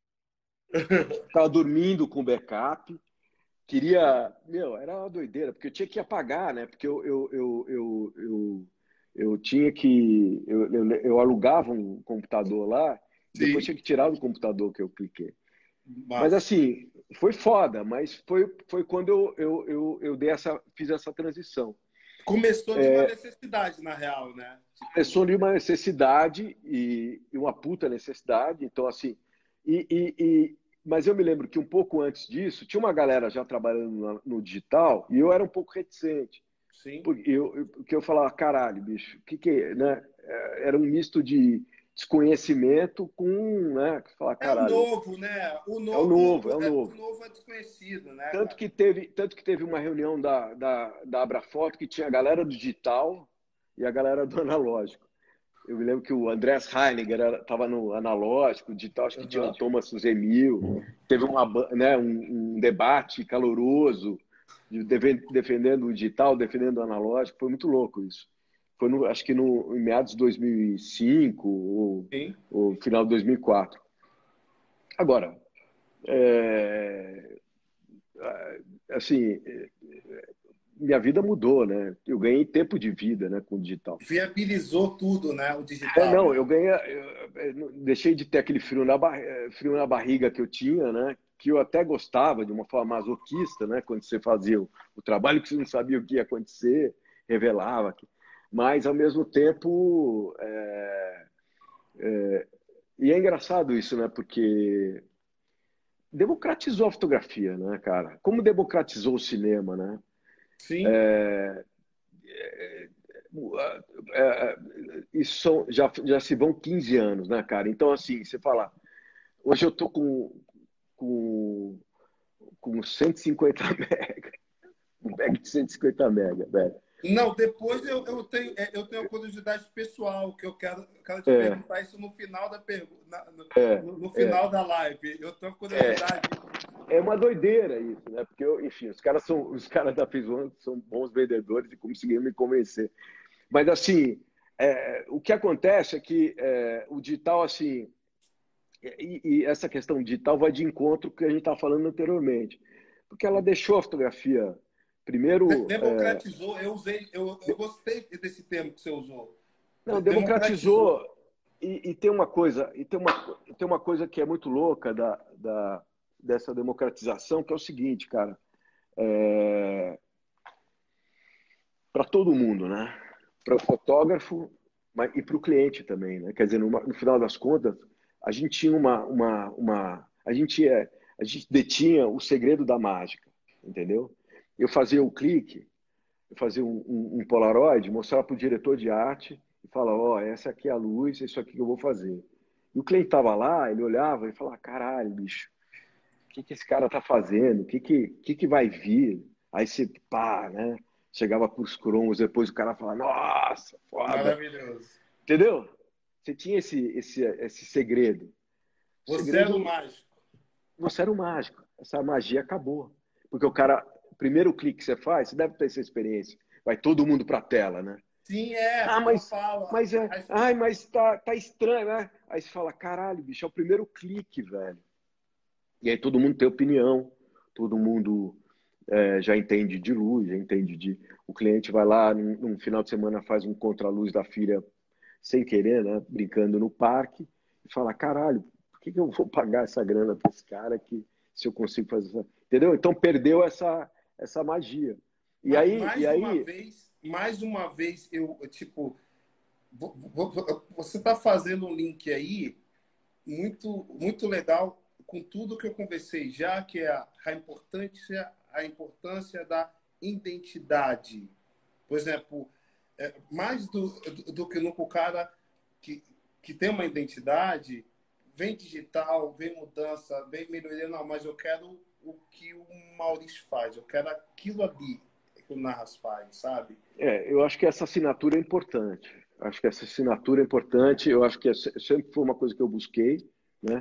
Ficava dormindo com backup. Queria. Meu, era uma doideira, porque eu tinha que apagar, né? Porque eu, eu, eu, eu, eu, eu tinha que. Eu, eu, eu alugava um computador lá Depois Sim. tinha que tirar do computador que eu cliquei. Mas Massa. assim, foi foda, mas foi, foi quando eu, eu, eu, eu dei essa, fiz essa transição. Começou de uma necessidade, na real, né? Tipo, Começou de uma necessidade e, e uma puta necessidade, então assim, e, e, e, mas eu me lembro que um pouco antes disso, tinha uma galera já trabalhando no, no digital e eu era um pouco reticente, sim. porque eu, eu, porque eu falava, caralho, bicho, o que que é, né? Era um misto de desconhecimento com, né, falar, É o caralho, novo, né? O é o novo, novo, é o é, o novo. novo é desconhecido, né, Tanto cara? que teve, tanto que teve uma reunião da, da, da Abrafoto que tinha a galera do digital e a galera do analógico. Eu me lembro que o Andrés Heiniger estava no analógico, o digital, acho que tinha o Aham. Thomas Suzemil. Teve uma, né, um, um debate caloroso de, de, defendendo o digital, defendendo o analógico. Foi muito louco isso. Foi, no, acho que no, em meados de dois mil e cinco ou, Sim. ou final de dois mil e quatro. Agora, é, assim, minha vida mudou, né? Eu ganhei tempo de vida, né, com o digital. Viabilizou tudo, né? O É, digital, não, eu né? ganhei, eu, eu deixei de ter aquele frio na, bar, frio na barriga que eu tinha, né? Que eu até gostava de uma forma masoquista, né? Quando você fazia o, o trabalho que você não sabia o que ia acontecer, revelava. Mas, ao mesmo tempo, é, é, e é engraçado isso, né? Porque democratizou a fotografia, né, cara? Como democratizou o cinema, né? Sim. É, é, isso são, já, já se vão quinze anos, né, cara? Então, assim, você fala, hoje eu tô com, com, com cento e cinquenta mega, um bag de cento e cinquenta mega, velho. Não, depois eu, eu tenho é, eu tenho uma curiosidade pessoal que eu quero, quero te É, perguntar isso no final da pergunta, é, no, no é, final da live. Eu tenho é, curiosidade. é uma doideira isso, né? Porque, eu, enfim, os caras são, os caras da Fizzone são bons vendedores e conseguiram me convencer. Mas, assim, é, o que acontece é que é, o digital, assim, e, e essa questão digital vai de encontro com o que a gente estava falando anteriormente. Porque ela deixou a fotografia, primeiro, é, Democratizou, eu usei, eu, eu gostei desse termo que você usou. não, Democratizou. democratizou e, e, tem uma coisa, e tem uma, tem uma coisa que é muito louca da, da, dessa democratização, que é o seguinte, cara, é, para todo mundo, né? Para o fotógrafo mas, e para o cliente também, né? Quer dizer, no, no final das contas, a gente tinha uma, uma, uma a gente é, a gente detinha o segredo da mágica, entendeu? Eu fazia o clique, eu fazia um, um, um Polaroid, mostrar para o diretor de arte e falar, ó, oh, essa aqui é a luz, é isso aqui que eu vou fazer. E o cliente estava lá, ele olhava e falava, caralho, bicho, o que, que esse cara tá fazendo? O que, que, que, que vai vir? Aí você, pá, né? Chegava para os cromos, depois o cara falava, nossa, foda. Maravilhoso. Entendeu? Você tinha esse, esse, esse segredo. O Você era o segredo, mágico. você era o mágico. Essa magia acabou. Porque o cara, o primeiro clique que você faz, você deve ter essa experiência. Vai todo mundo para a tela, né? Sim, é. Ah, Eu mas, falo. mas é, As- ai, mas tá, tá estranho, né? Aí você fala, caralho, bicho, é o primeiro clique, velho. E aí todo mundo tem opinião, todo mundo é, já entende de luz, já entende de. O cliente vai lá num, num final de semana, faz um contraluz da filha sem querer, né? Brincando no parque, e fala: caralho, por que, que eu vou pagar essa grana para esse cara que se eu consigo fazer isso? Entendeu? Então perdeu essa, essa magia. E ma- aí, e Mais uma aí, vez, mais uma vez, eu, tipo, vo- vo- vo- você está fazendo um link aí muito, muito legal com tudo que eu conversei já, que é a, a importância, a importância da identidade. Por exemplo, é, mais do, do, do que nunca o cara que, que tem uma identidade, vem digital, vem mudança, vem melhoria, não, mas eu quero o que o Maurício faz, eu quero aquilo ali que o Narras faz, sabe? é, eu acho que essa assinatura é importante. Acho que essa assinatura é importante. Eu acho que é, sempre foi uma coisa que eu busquei, né?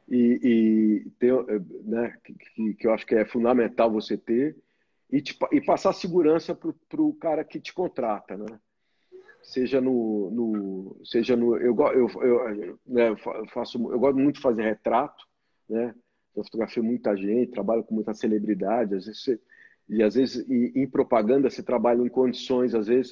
E, e ter, né, que, que eu acho que é fundamental você ter e, te, e passar segurança para o cara que te contrata, né? Seja no, no seja no eu, eu, eu, né, eu faço eu gosto muito de fazer retrato, né? Eu fotografio muita gente, trabalho com muita celebridade, às vezes você, e às vezes em, em propaganda você trabalha em condições, às vezes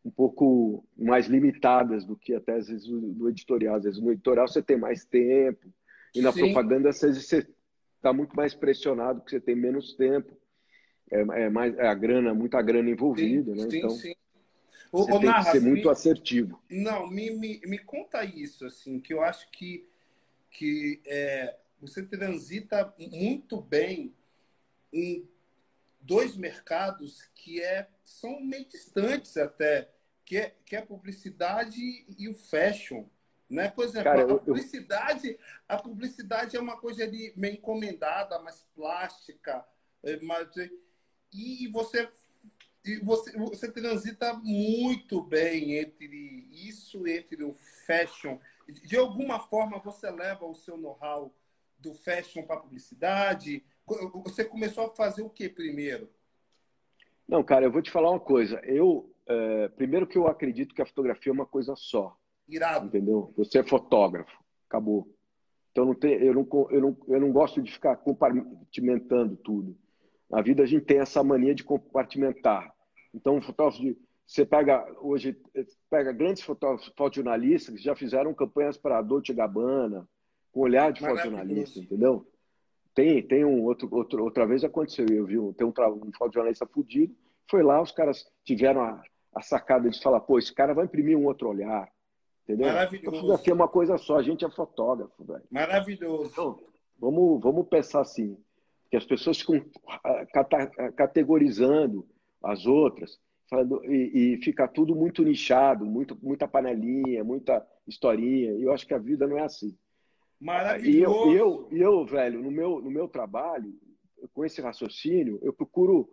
um pouco mais limitadas do que até às vezes no editorial. Às vezes no editorial você tem mais tempo, e na Sim, propaganda às vezes você está muito mais pressionado porque você tem menos tempo, é, é mais é a grana, muita grana sim, envolvida, né? sim, Então sim. você Ô, ô tem que ser Narras, muito me, assertivo. não, me, me, me conta isso, assim, que eu acho que, que é, você transita muito bem em dois mercados que é, são meio distantes até, que é, que é a publicidade e o fashion. Né? Por exemplo, Cara, a eu, eu publicidade, a publicidade é uma coisa ali meio encomendada, mais plástica, é, mais, e você, e você, você transita muito bem entre isso, entre o fashion. De alguma forma, você leva o seu know-how do fashion para a publicidade. Você começou a fazer o que primeiro? não, cara, eu vou te falar uma coisa. Eu é, primeiro que eu acredito que a fotografia é uma coisa só, Irado. entendeu? Você é fotógrafo, acabou. Então não tem, eu não, eu não, eu não gosto de ficar compartimentando tudo. Na vida a gente tem essa mania de compartimentar. Então, fotógrafo de, você pega hoje pega grandes fotógrafos, fotojornalistas que já fizeram campanhas para a Dolce e Gabbana, com olhar de fotojornalista, Maravilhoso. entendeu? Tem, tem um outro, outro outra vez aconteceu, eu vi, um- tem um, tra- um fotojornalista fudido, foi lá, os caras tiveram a, a sacada de falar, pô, esse cara vai imprimir um outro olhar, entendeu? Então, fotografia é Maravilhoso. uma coisa só, a gente é fotógrafo, velho. Maravilhoso. Então, vamos, vamos pensar assim, que as pessoas ficam ah, cata- ah, categorizando as outras, falando, e, e fica tudo muito nichado, muito, muita panelinha, muita historinha, e eu acho que a vida não é assim. Ah, E eu, e eu, Maravilhoso. e eu, velho, no meu, no meu trabalho, com esse raciocínio, eu procuro,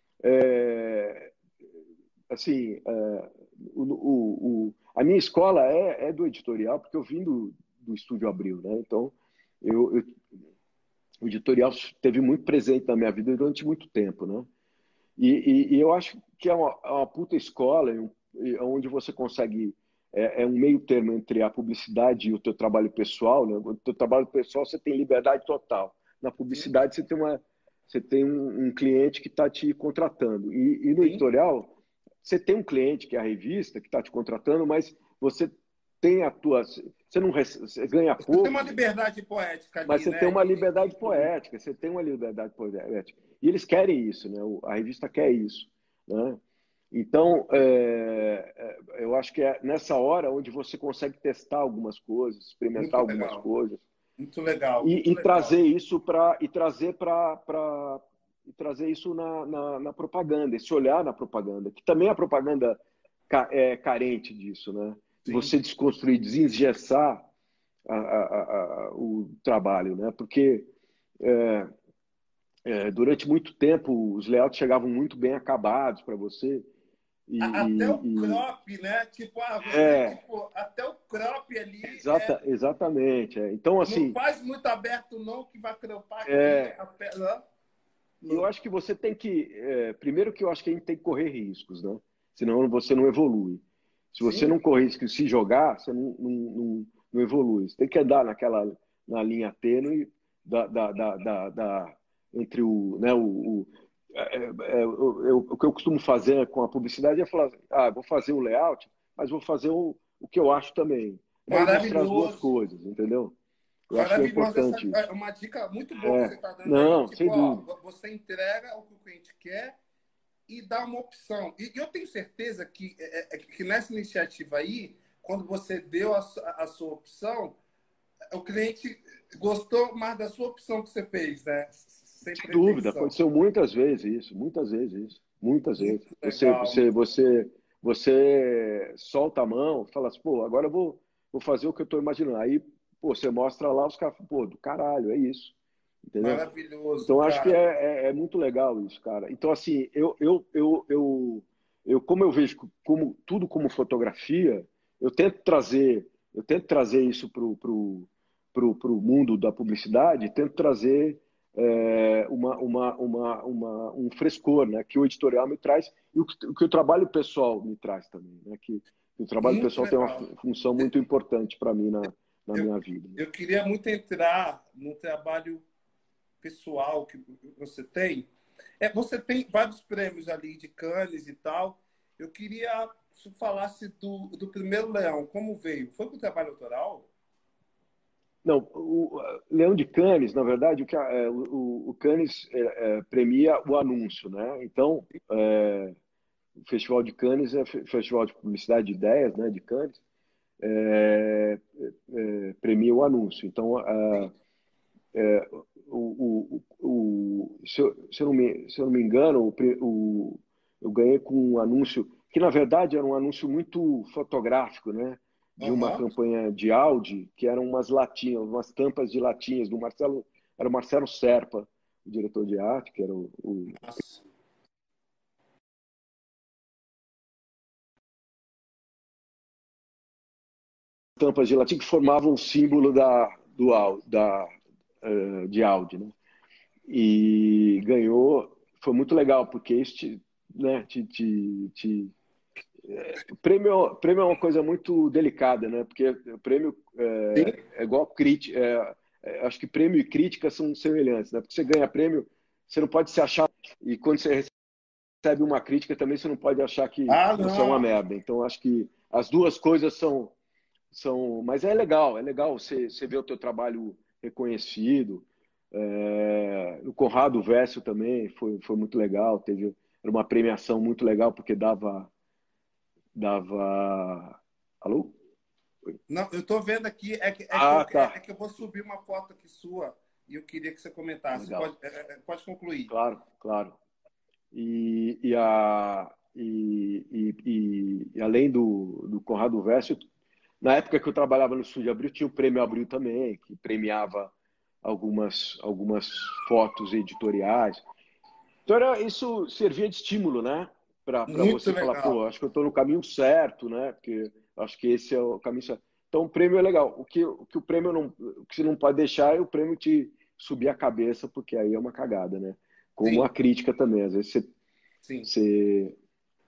é, assim, é, o, o, o, a minha escola é, é do editorial, porque eu vim do, do Estúdio Abril, né? Então, eu, eu o editorial teve muito presente na minha vida durante muito tempo, né? E, e, e eu acho que é uma, é uma puta escola, onde você consegue é, é, um meio termo entre a publicidade e o teu trabalho pessoal, né? O teu trabalho pessoal você tem liberdade total. Na Sim, publicidade você tem uma você tem um, um cliente que está te contratando e, e no sim. editorial você tem um cliente que é a revista que está te contratando, mas você tem a tua você não você ganha Você tem uma pouco, liberdade poética mas ali, você tem né? uma De, de, de liberdade incluir. poética, você tem uma liberdade poética. E eles querem isso, né? A revista quer isso, né? Então, é, é, eu acho que é nessa hora onde você consegue testar algumas coisas, experimentar Muito algumas legal. coisas Muito legal. e, Muito e trazer legal. isso para e trazer para e trazer isso na, na, na propaganda, esse olhar na propaganda, que também a propaganda ca, é carente disso, né? E Sim. você desconstruir, desengessar a, a, a, o trabalho, né? Porque é, é, durante muito tempo os layouts chegavam muito bem acabados para você Até o e, e, crop, né? Tipo, ah, e você, é tipo, até o crop ali é, exata, exatamente. É. Então não assim, faz muito aberto, não, que vai cropar aqui. é, A pedra. eu acho que você tem que é, primeiro que eu acho que a gente tem que correr riscos, né? Senão você não evolui. Se você Sim, não correr risco, se jogar, você não, não, não, não evolui. Você tem que andar naquela na linha tênue da, da, da, da, da entre o, né, o, o é, é, eu, eu, o que eu costumo fazer com a publicidade é falar, ah, vou fazer o layout, mas vou fazer o, o que eu acho também. E aí mostrar as duas maravilhoso. coisas, entendeu? Eu acho que é Maravilhosa. Essa importante é isso. uma dica muito boa que você É, está dando aí. não, sem Tipo, ó, dúvida. você entrega o que o cliente quer e dá uma opção. E eu tenho certeza que, é, é, que nessa iniciativa aí, quando você deu a, a sua opção, o cliente gostou mais da sua opção que você fez, né? Sem Sem dúvida, pretensão. aconteceu muitas vezes isso, muitas vezes isso, muitas vezes. Muito Você, legal, você, muito você, você solta a mão, fala assim, pô, agora eu vou, vou fazer o que eu estou imaginando. Aí, pô, você mostra lá, os caras, pô, do caralho, é isso, entendeu? maravilhoso, Então, acho que cara. é, é, é muito legal isso, cara. Então, assim, eu, eu, eu, eu, eu, como eu vejo como, tudo como fotografia, eu tento trazer, eu tento trazer isso pro, pro, pro, pro mundo da publicidade, tento trazer é, uma, uma, uma, uma, um frescor, né, que o editorial me traz e o que, o que o trabalho pessoal me traz também, né, que, que o trabalho Muito pessoal tem uma legal. fu- função muito importante para mim na, na Eu, minha vida. Né? eu queria muito entrar no trabalho pessoal que você tem. É, você tem vários prêmios ali de Cannes e tal. Eu queria se falasse do, do primeiro Leão, como veio? Foi com o trabalho autoral? Não, o Leão de Cannes, na verdade, o, que a- é, o, o Cannes é, é, premia o anúncio, né? Então, é, o Festival de Cannes é fe- festival de publicidade de ideias, né? De Cannes, é, é, premia o anúncio. Então, a- Sim. o, o, o, se, eu, se, eu não me, se eu não me engano, o, pre- o- eu ganhei com um anúncio que, na verdade, era um anúncio muito fotográfico, né? De uma Aham. campanha de Audi, que eram umas latinhas, umas tampas de latinhas do Marcelo, era o Marcelo Serpa, o diretor de arte, que era o, o Nossa. tampas de latinha que formavam o símbolo da, do, Au- da, eh, de Audi, né? E ganhou, foi muito legal, porque isso te, né, te, te, te Prêmio, prêmio é uma coisa muito delicada, né? Porque o prêmio Sim. é, é igual crítica. É, é, acho que prêmio e crítica são semelhantes, né? Porque você ganha prêmio, você não pode se achar. E quando você recebe uma crítica também, você não pode achar que Ah, você é uma não. merda. Então, acho que as duas coisas são. são mas é legal, é legal você, você ver o teu trabalho reconhecido. É, o Conrado Vessel também foi, foi muito legal. Teve, era uma premiação muito legal, porque dava. dava... Alô? Não, eu estou vendo aqui, é que, é, que Ah, eu, é, tá. é que eu vou subir uma foto aqui sua e eu queria que você comentasse. Legal. Pode, é, é, pode concluir. Claro, claro. E, e, a, e, e, e- e além do, do Conrado Vessel, na época que eu trabalhava no Estúdio Abril, tinha o Prêmio Abril também, que premiava algumas, algumas fotos editoriais. Então, era, isso servia de estímulo, né? Para Muito você falar, legal. pô, acho que eu estou no caminho certo, né? Porque acho que esse é o caminho certo. Então, o prêmio é legal. O que, o que o prêmio não, o que você não pode deixar é o prêmio te subir a cabeça, porque aí é uma cagada, né? Como a Sim, crítica também. Às vezes você, sim. você...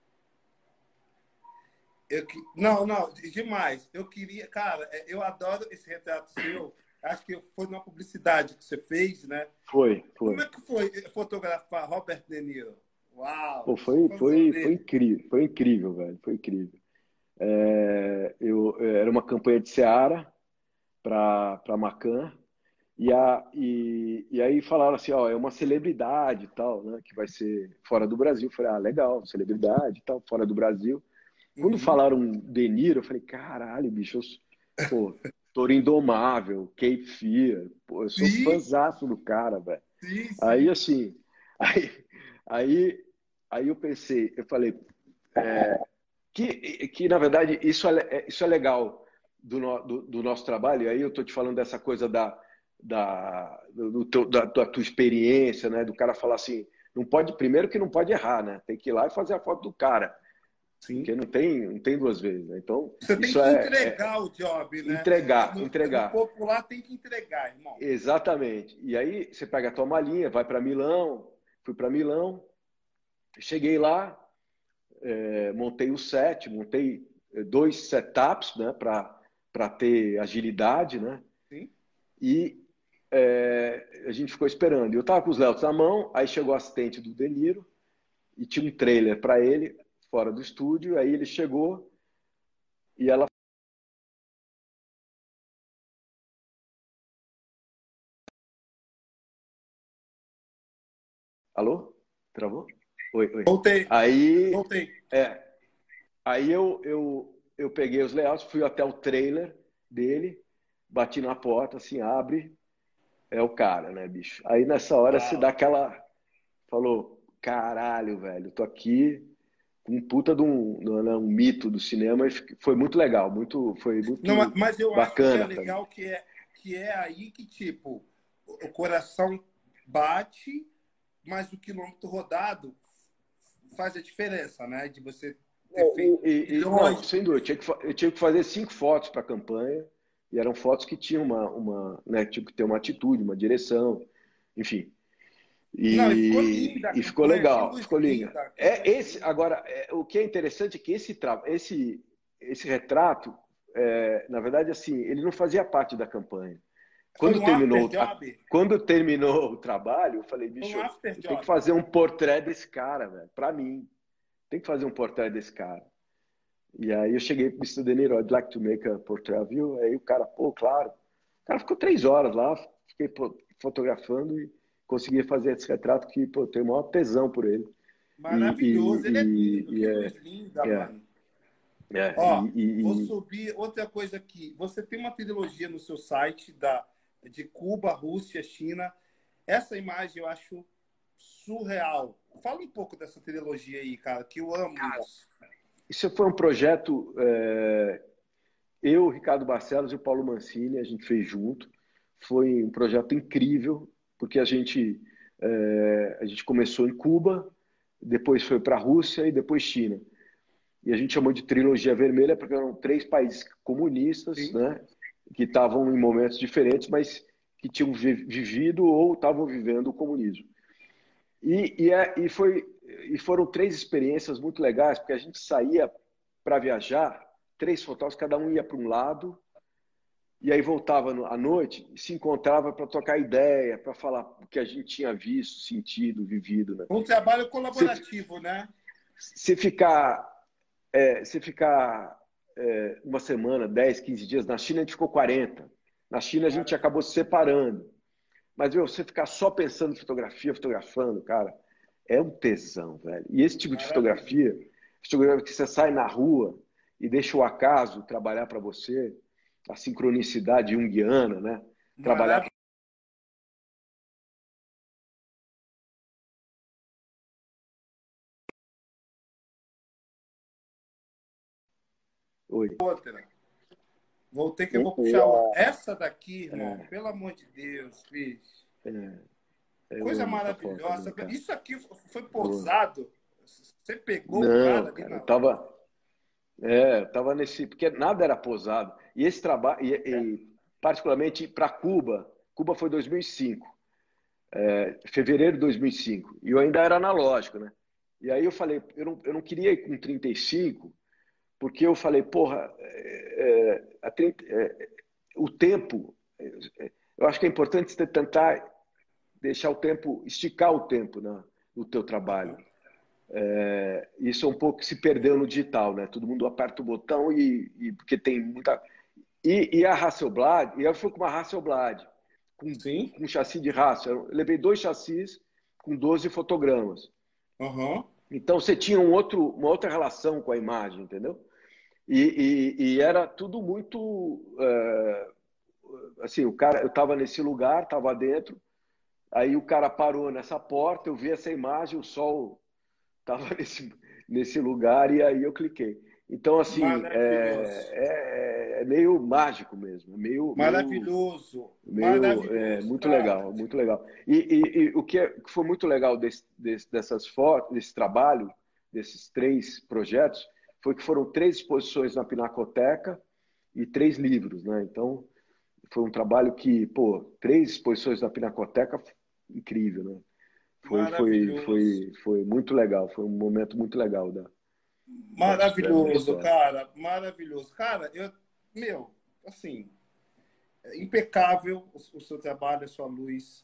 Eu, que- não, não, demais. Eu queria, cara, é, eu adoro esse retrato seu. Acho que foi numa publicidade que você fez, né? Foi, Como foi. é que foi fotografar Robert De Niro? Uau, Pô, eu sou foi, fãzão foi, foi dele. incrível, foi incrível, velho, foi incrível. É, eu, era uma campanha de Seara para para Macan. E, a, e, e aí falaram assim, ó, é uma celebridade e tal, né, que vai ser fora do Brasil. Eu falei, ah, legal, celebridade e tal, fora do Brasil. Quando Uhum. falaram De Niro, eu falei, caralho, bicho, eu, sou- pô, Toro Indomável, Cape Fear, pô, eu sou Sim, fãzaço do cara, velho. sim, Aí, sim. assim, aí, aí, aí eu pensei, eu falei, que, que na verdade, isso é, é- isso é legal do, no- do, do nosso trabalho, e aí eu estou te falando dessa coisa da, da, do teu- da, da tua experiência, né? Do cara falar assim, não pode, primeiro que não pode errar, né? Tem que ir lá e fazer a foto do cara, Sim. porque não tem, não tem duas vezes, né? Então, Você tem isso que é, é entregar o job, né? É, é, entregar, no, no entregar. popular tem que entregar, irmão. Exatamente. E aí você pega a tua malinha, vai para Milão, fui para Milão, cheguei lá, é, montei o set, montei é, dois setups, né, para para ter agilidade, né? Sim. E é, a gente ficou esperando. Eu estava com os Léos na mão, aí chegou o assistente do De Niro e tinha um trailer para ele fora do estúdio. Aí ele chegou e ela, alô, travou? Oi, oi. Voltei, Aí, voltei. é, aí eu, eu eu peguei os layouts, fui até o trailer dele, bati na porta, assim, abre, é o cara, né, bicho? Aí nessa hora você dá Uau. aquela. Falou, caralho, velho, tô aqui com um puta de um, de um, né, um mito do cinema e foi muito legal, muito, foi Não, muito mas eu acho que é bacana pra mim. legal que é, que é aí que, tipo, o o coração bate, mas o quilômetro rodado faz a diferença, né? De você ter feito E, e- não, milhões. sem dúvida, eu tinha que, fa- eu tinha que fazer cinco fotos para a campanha e eram fotos que tinham uma, uma, né, tinha que ter uma atitude, uma direção, enfim. Não, e ficou E, linda a e ficou campanha, que legal, luz ficou linda. linda, que É luz esse, linda. agora, é, o que é interessante é que esse, tra- esse, esse retrato, é, na verdade, assim, ele não fazia parte da campanha. Foi Quando um after terminou, a- job? quando terminou o trabalho, eu falei, Foi um bicho, after eu tenho que job. fazer um portrait desse cara, velho, para mim. Tem que fazer um portrait desse cara. E aí eu cheguei para o mister De Niro, I'd like to make a portrait of you. Aí o cara, pô, claro. O cara ficou três horas lá, fiquei fotografando e consegui fazer esse retrato que, pô, eu tenho o maior tesão por ele. Maravilhoso, ele é E, lindo, e, e que é, luz linda, é, mano. é, Ó, e, e, vou e subir outra coisa aqui. Você tem uma trilogia no seu site da, de Cuba, Rússia, China. Essa imagem eu acho surreal. Fala um pouco dessa trilogia aí, cara, que eu amo isso. isso foi um projeto, é, eu, o Ricardo Barcelos e o Paulo Mancini, a gente fez junto. Foi um projeto incrível, porque a gente, é, a gente começou em Cuba, depois foi para a Rússia e depois China. E a gente chamou de trilogia vermelha porque eram três países comunistas, Sim. né, que estavam em momentos diferentes, mas que tinham vivido ou estavam vivendo o comunismo. E, e, é, e, foi, e foram três experiências muito legais, porque a gente saía para viajar, três fotógrafos, cada um ia para um lado, e aí voltava à noite e se encontrava para trocar ideia, para falar o que a gente tinha visto, sentido, vivido. Né? Um trabalho Se, colaborativo, né? se ficar, é, se ficar é, uma semana, dez, quinze dias, na China a gente ficou quarenta. Na China a gente acabou se Maravilhoso. separando. Mas meu, você ficar só pensando em fotografia, fotografando, cara, é um tesão, velho. E esse tipo de Maravilhoso. fotografia, fotografia que você sai na rua e deixa o acaso trabalhar para você, a sincronicidade junguiana, né? Trabalhar. Maravilhoso. Oi. Outra. Vou ter que eu E, vou e puxar outra. a, Essa daqui, irmão, é, pelo amor de Deus, bicho. é, eu Coisa amo essa foto também, maravilhosa. cara. Isso aqui foi Eu amo. posado. Você pegou o cara Não, ali cara, eu na. tava, é, eu tava nesse, porque nada era posado. E esse trabalho, e, e particularmente para Cuba, Cuba foi dois mil e cinco. Fevereiro de dois mil e cinco, e eu ainda era analógico, né? E aí eu falei, eu não, eu não queria ir com trinta e cinco, porque eu falei, porra, é, a trinta, é, o tempo, é, eu acho que é importante você tentar deixar o tempo, esticar o tempo, né, no teu trabalho. É, isso é um pouco que se perdeu no digital, né? Todo mundo aperta o botão e, e porque tem muita... E, e a Hasselblad, e eu fui com uma Hasselblad, com, Sim. com um chassi de Hassel. Eu levei dois chassis com doze fotogramas. Uhum. Então você tinha um outro, uma outra relação com a imagem, entendeu? E, e, e era tudo muito. É, assim, o cara, eu estava nesse lugar, estava dentro, aí o cara parou nessa porta, eu vi essa imagem, o sol estava nesse, nesse lugar e aí eu cliquei. Então, assim, Maravilhoso. é, é, é meio mágico mesmo, é meio, meio, Maravilhoso. meio é, Maravilhoso, muito cara. legal, muito legal. E, e, e o que, é, que foi muito legal desse, desse, dessas fotos, desse trabalho, desses três projetos, foi que foram três exposições na Pinacoteca e três livros, né? Então, foi um trabalho que, pô, três exposições na Pinacoteca, incrível, né? Foi, foi, Maravilhoso. foi, foi muito legal, foi um momento muito legal da, da, da minha Maravilhoso, história. cara. Maravilhoso. Cara, eu, meu, assim, é impecável o, o seu trabalho, a sua luz,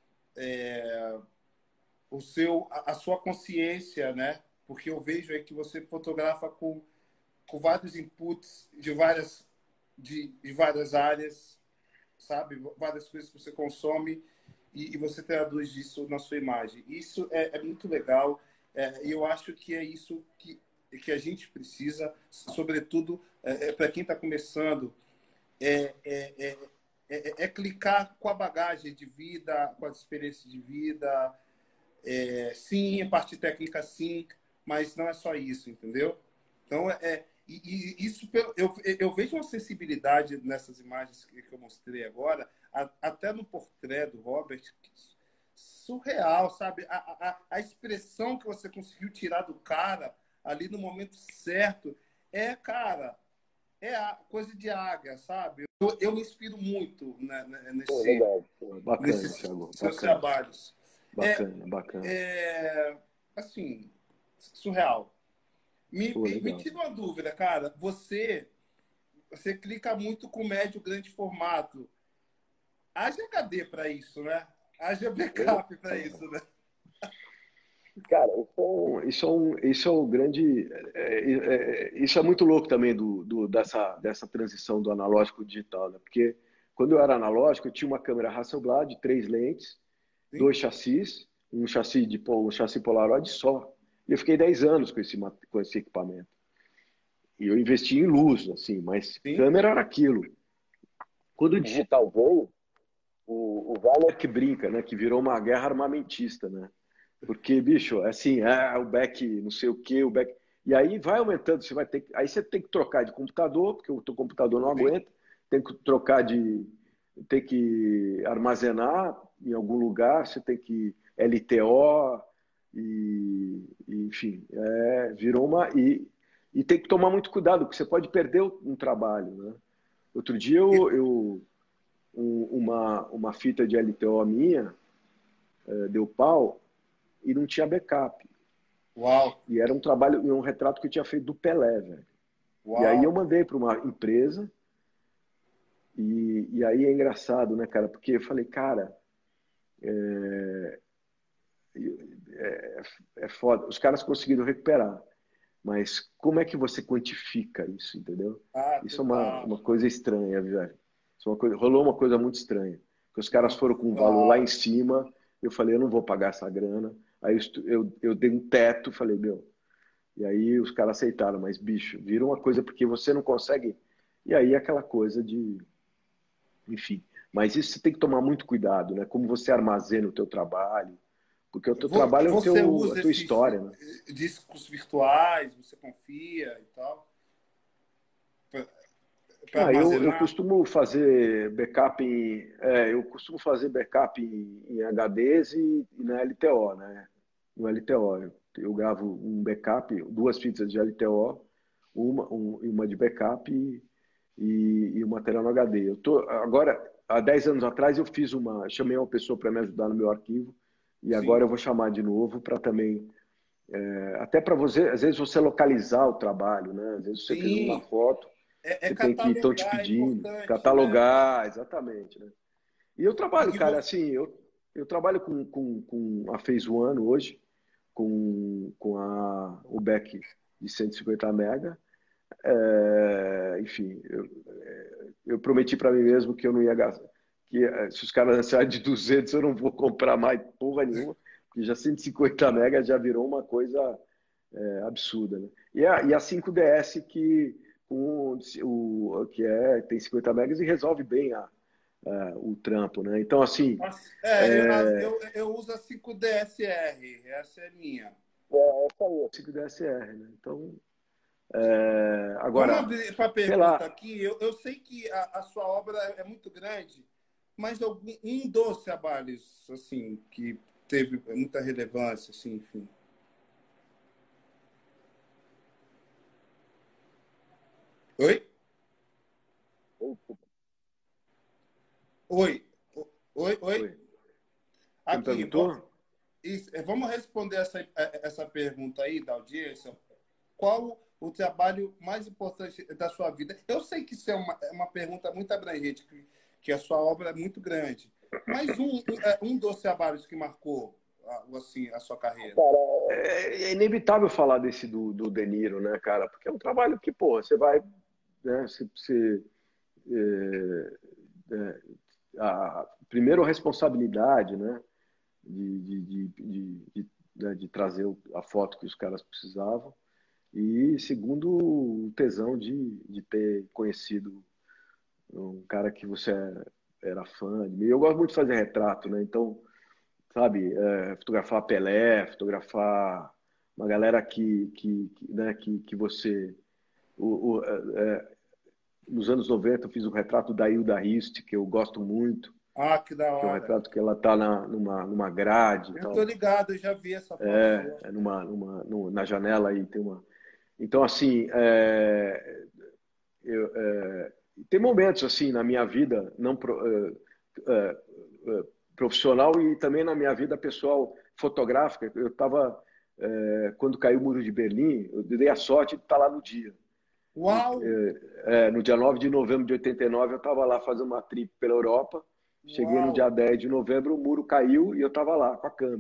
o seu, a, a sua consciência, né? Porque eu vejo aí que você fotografa com, com vários inputs de várias, de, de várias áreas, sabe? Várias coisas que você consome e, e você traduz isso na sua imagem. Isso é, é muito legal. É, e eu acho que é isso que, que a gente precisa, sobretudo é, é, para quem está começando, é, é, é, é, é clicar com a bagagem de vida, com as experiências de vida. É, sim, a parte técnica sim, mas não é só isso, entendeu? Então, é, e, e isso eu, eu vejo uma sensibilidade nessas imagens que, que eu mostrei agora, a, até no portrait do Robert, surreal, sabe? A, a, a expressão que você conseguiu tirar do cara ali no momento certo é, cara, é a coisa de águia, sabe? Eu, eu me inspiro muito né, Pô, nesse, legal. Pô, bacana, nesses Thiago. seus Bacana. trabalhos. É, Bacana, bacana. é assim, surreal. Me, Pô, me, me legal. tira uma dúvida, cara. Você, você clica muito com médio grande formato. Haja H D para isso, né? Haja backup para isso, né? Cara, então, isso é um, isso é um grande, é, é, é, isso é muito louco também do, do- dessa, dessa transição do analógico ao digital, né? Porque quando eu era analógico, eu tinha uma câmera Hasselblad, três lentes, Sim, dois chassis, um chassi de po- um chassi Polaroid só. E eu fiquei dez anos com esse, ma- com esse equipamento. E eu investi em luz, assim, mas sim. câmera era aquilo. Quando o digital veio, o, o Weiler que brinca, né? Que virou uma guerra armamentista, né? Porque, bicho, assim, ah, o back, não sei o quê, o back. E aí vai aumentando, você vai ter que... Aí você tem que trocar de computador, porque o teu computador não Sim. aguenta, tem que trocar de. Tem que armazenar em algum lugar, você tem que L T O, e, e, enfim, é, virou uma. E, e tem que tomar muito cuidado, porque você pode perder um trabalho, né? Outro dia eu, eu um- uma, uma fita de L T O minha eh, deu pau e não tinha backup. Uau, E era um trabalho, um retrato que eu tinha feito do Pelé, velho. E aí eu uau. mandei para uma empresa, e, e aí é engraçado, né, cara? Porque eu falei, cara, é, é foda. Os caras conseguiram recuperar, mas como é que você quantifica isso, entendeu? Ah, Isso é uma, total. uma coisa estranha, velho. Isso é uma coisa, rolou uma coisa muito estranha. Que os caras Não, foram com um valor lá em claro. cima, eu falei, eu não vou pagar essa grana. Aí eu, estu- eu, eu dei um teto, falei, meu. E aí os caras aceitaram, mas, bicho, vira uma coisa porque você não consegue. E aí aquela coisa de, enfim. Mas isso você tem que tomar muito cuidado, né? Como você armazena o teu trabalho, porque o teu Vo- trabalho é o Você teu, a usa tua esses história, né? eh, discos virtuais, você confia e tal, para Ah, eu, eu armazenar? costumo fazer backup em, é, eu costumo fazer backup em, em H Ds e, e na L T O, né? No L T O, eu, eu gravo um backup, duas fitas de L T O, uma, um, uma de backup e, e, e o material no H D. Eu tô, agora, há dez anos atrás, eu fiz uma, chamei uma pessoa para me ajudar no meu arquivo e agora Sim, eu vou chamar de novo para também, é, até para você, às vezes você localizar o trabalho, né? Às vezes você fez uma sim. foto, É, é você tem que estão te catalogar, é pedindo, importante, né? catalogar, exatamente, né? E eu trabalho, E, e cara, você, assim, eu, eu trabalho com, com, com a Phase One hoje, com, com a, o back de cento e cinquenta mega. É, enfim, eu, é, eu prometi para mim mesmo que eu não ia gastar, que é, se os caras lançarem de duzentos eu não vou comprar mais porra nenhuma, porque já cento e cinquenta mega já virou uma coisa é, absurda, né? E a, e a cinco D S que, com o, que é, tem cinquenta megas e resolve bem a, a, o trampo, né? Então, assim, é, eu, as- é, eu, eu uso a cinco D S R, essa é a minha. é essa aí, a cinco D S R, né? Então, é, Vamos agora, abrir para a sei pergunta lá, aqui. Eu, eu sei que a, a sua obra é muito grande, mas algum, um dos trabalhos assim que teve muita relevância, assim, enfim. Oi? Oi? O- Oi? Oi? oi, você me Aqui, vo- perguntou? isso, é, vamos responder essa, essa pergunta aí da audiência. Qual o trabalho mais importante da sua vida? Eu sei que isso é uma, é uma pergunta muito abrangente, que, que a sua obra é muito grande, mas um, um, é, um dos trabalhos que marcou a- assim, a sua carreira. Cara, é, é inevitável falar desse do, do De Niro, né, cara? Porque é um trabalho que, pô, você vai, né, você, você é, é, a, primeiro a responsabilidade, né, de, de, de, de, de, né, de trazer a foto que os caras precisavam e segundo o tesão de, de ter conhecido um cara que você era fã de mim. Eu gosto muito de fazer retrato, né? Então, sabe, é, fotografar Pelé, fotografar uma galera que, que, que, né, que, que você. O, o, é, nos anos noventa eu fiz um retrato da Hilda Hilst, que eu gosto muito, Ah, que da que é um hora. retrato que ela está numa, numa grade e Eu tô tal, ligado, eu já vi essa foto é, sua. é numa, numa, no- na janela aí tem uma. Então, assim, é, eu, é, tem momentos assim na minha vida, não pro- é, é, é, profissional e também na minha vida pessoal fotográfica. Eu estava, é, quando caiu o Muro de Berlim, eu dei a sorte de estar lá no dia. No, Uau! é, é, no dia nove de novembro de oitenta e nove, eu estava lá fazendo uma trip pela Europa. Cheguei no Uau! dia dez de novembro, o muro caiu e eu estava lá com a câmera.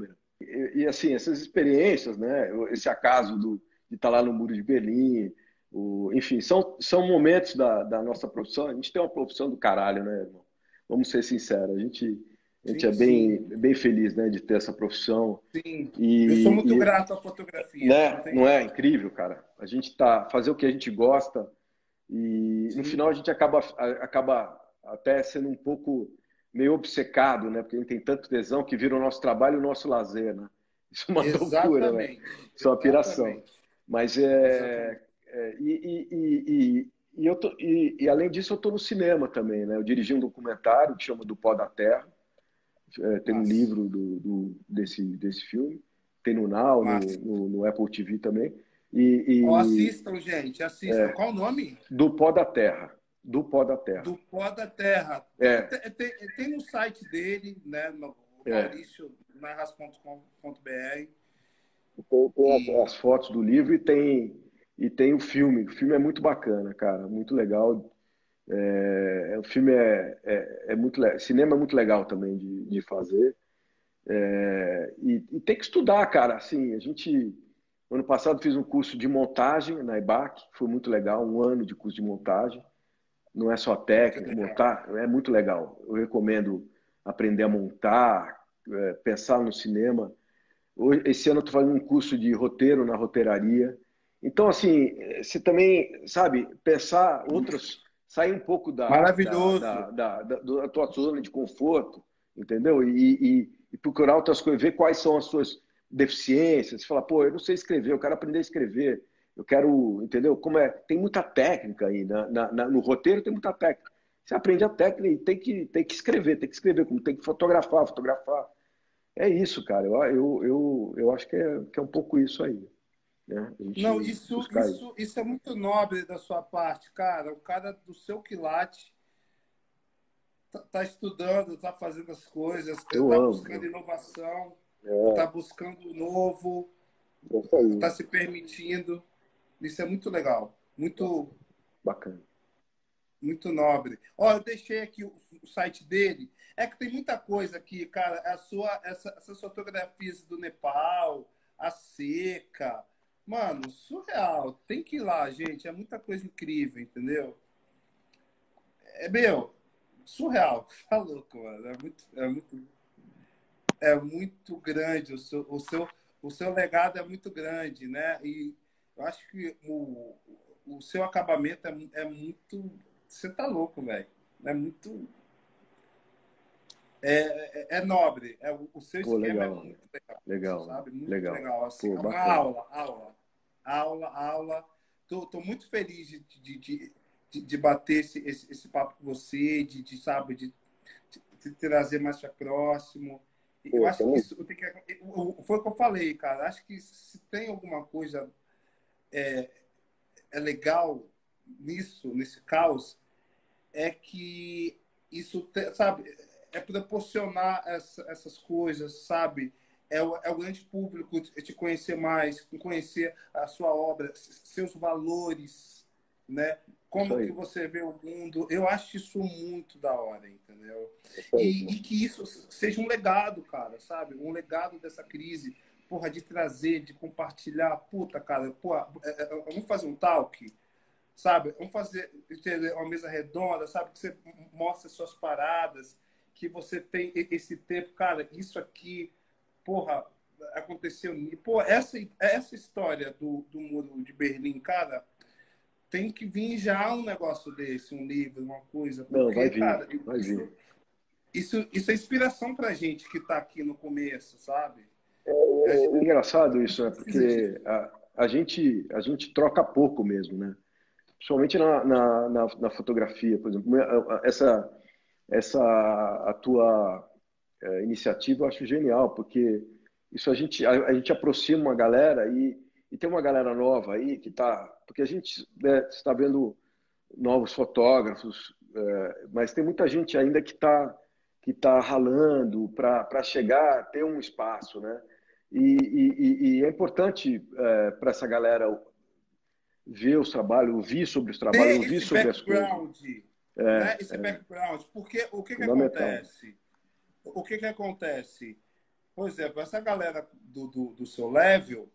e, e, assim, essas experiências, né? Esse acaso do, de estar lá no Muro de Berlim, o, enfim, são, são momentos da, da nossa profissão. A gente tem uma profissão do caralho, né, irmão? Vamos ser sinceros, a gente, a gente Sim, é bem, sim, bem feliz, né, de ter essa profissão. sim. Eu sou muito E, grato à e fotografia, não né, tem não é jeito. incrível, cara? A gente tá fazer o que a gente gosta e no Sim, final a gente acaba, acaba até sendo um pouco meio obcecado, né? Porque a gente tem tanto tesão que vira o nosso trabalho e o nosso lazer, né? Isso é uma loucura, velho. exatamente, Isso é uma piração. exatamente, Mas é, exatamente. é e, e, e, e, e eu tô, e, e além disso eu tô no cinema também, né? Eu dirigi um documentário que chama Do Pó da Terra. É, tem um Massa, livro do, do, desse, desse filme, tem no Now, no, massa. no, no Apple T V também. E, Ó, e assistam, gente, assistam. Qual o nome? Do Pó da Terra. Do Pó da Terra. Do Pó da Terra. Tem, É, tem, tem, tem no site dele, né, no é. Maurício narras ponto com ponto br. Tem, tem as, E, as fotos do livro e tem, e tem o filme. O filme é muito bacana, cara, muito legal. É, é, o filme é, é, é muito legal. Cinema é muito legal também de, de fazer. É, e, e tem que estudar, cara. Assim, a gente, ano passado, fiz um curso de montagem na EBAC, foi muito legal, um ano de curso de montagem. Não é só que técnica, legal. montar é muito legal. Eu recomendo aprender a montar, é, pensar no cinema. Hoje- Esse ano eu estou fazendo um curso de roteiro na roteiraria. Então, assim, eh, você também, sabe, pensar outras, sair um pouco da, da, Maravilhoso. da, da, da, da tua zona de conforto, entendeu? E, e, e procurar outras coisas, ver quais são as suas deficiências. Falar, pô, eu não sei escrever, eu quero aprender a escrever, eu quero, entendeu? Como é, tem muita técnica aí, na, na, na- no roteiro tem muita técnica. Você aprende a técnica e tem que, tem que escrever, tem que escrever, como tem que fotografar, fotografar. É isso, cara. Eu, eu, eu, eu acho que é, que é um pouco isso aí, né? A Não, gente isso, buscar isso. isso, isso é muito nobre da sua parte, cara. O cara do seu quilate tá, tá estudando, tá fazendo as coisas, Eu tá amo. buscando inovação, tá Eu, buscando o novo, é isso aí. tá se permitindo. Isso é muito legal, muito, Bacana. muito nobre. Ó, eu deixei aqui o, o site dele. É que tem muita coisa aqui, cara. A sua, essa, essas fotografias do Nepal, a seca. Mano, surreal. Tem que ir lá, gente. É muita coisa incrível, entendeu? É, meu, surreal. Tá louco, mano. É muito, é muito, é muito grande. O seu, o seu, o seu legado é muito grande, né? E eu acho que o, o seu acabamento é, é muito. Você tá louco, velho. É muito. É, é, é nobre. É, o, o seu Pô, esquema é legal, muito legal, legal, sabe? Muito legal. legal. Assim, Pô, é uma bacana. aula, aula, aula, aula. Tô, tô muito feliz de, de, de, de, de bater esse, esse, esse papo com você, de, de sabe, de, de trazer mais para próximo. Eu Pô, acho que tamo... isso tem que, foi o que eu falei, cara. Acho que se tem alguma coisa é legal nisso, nesse caos, é que isso, te, sabe, é proporcionar essa, essas coisas, sabe? É o, é o grande público te conhecer mais, conhecer a sua obra, seus valores, né? Isso Como que aí, você vê o mundo. Eu acho isso muito da hora, entendeu? isso aí, E, irmão. e que isso seja um legado, cara, sabe? Um legado dessa crise, porra, de trazer, de compartilhar. Puta, cara, porra, é, é, vamos fazer um talk, sabe? Vamos fazer uma mesa redonda, sabe? Que você mostra suas paradas, que você tem esse tempo, cara, isso aqui, porra, aconteceu. Pô, essa, essa história do, do muro de Berlim, cara, tem que vir já um negócio desse, um livro, uma coisa, Não, vai porque, vir, cara, vai vir. isso, isso, isso é inspiração pra gente que tá aqui no começo, sabe? É, A é- é gente, engraçado a isso, gente né? precisa disso. Porque a, a gente, a gente troca pouco mesmo, né? Principalmente na, na, na, na fotografia, por exemplo. Essa, essa a tua é, iniciativa eu acho genial, porque isso a gente, a, a gente aproxima uma galera e, e tem uma galera nova aí que está. Porque a gente né, está vendo novos fotógrafos, é, mas tem muita gente ainda que está que tá ralando para chegar, ter um espaço, né? E, e, e é importante é, para essa galera ver os trabalhos, ouvir sobre os trabalhos, Ter ouvir esse sobre as coisas. background, né? É, Esse é background, porque o que que fundamental. acontece? O que que acontece? por exemplo, essa galera do, do, do seu level,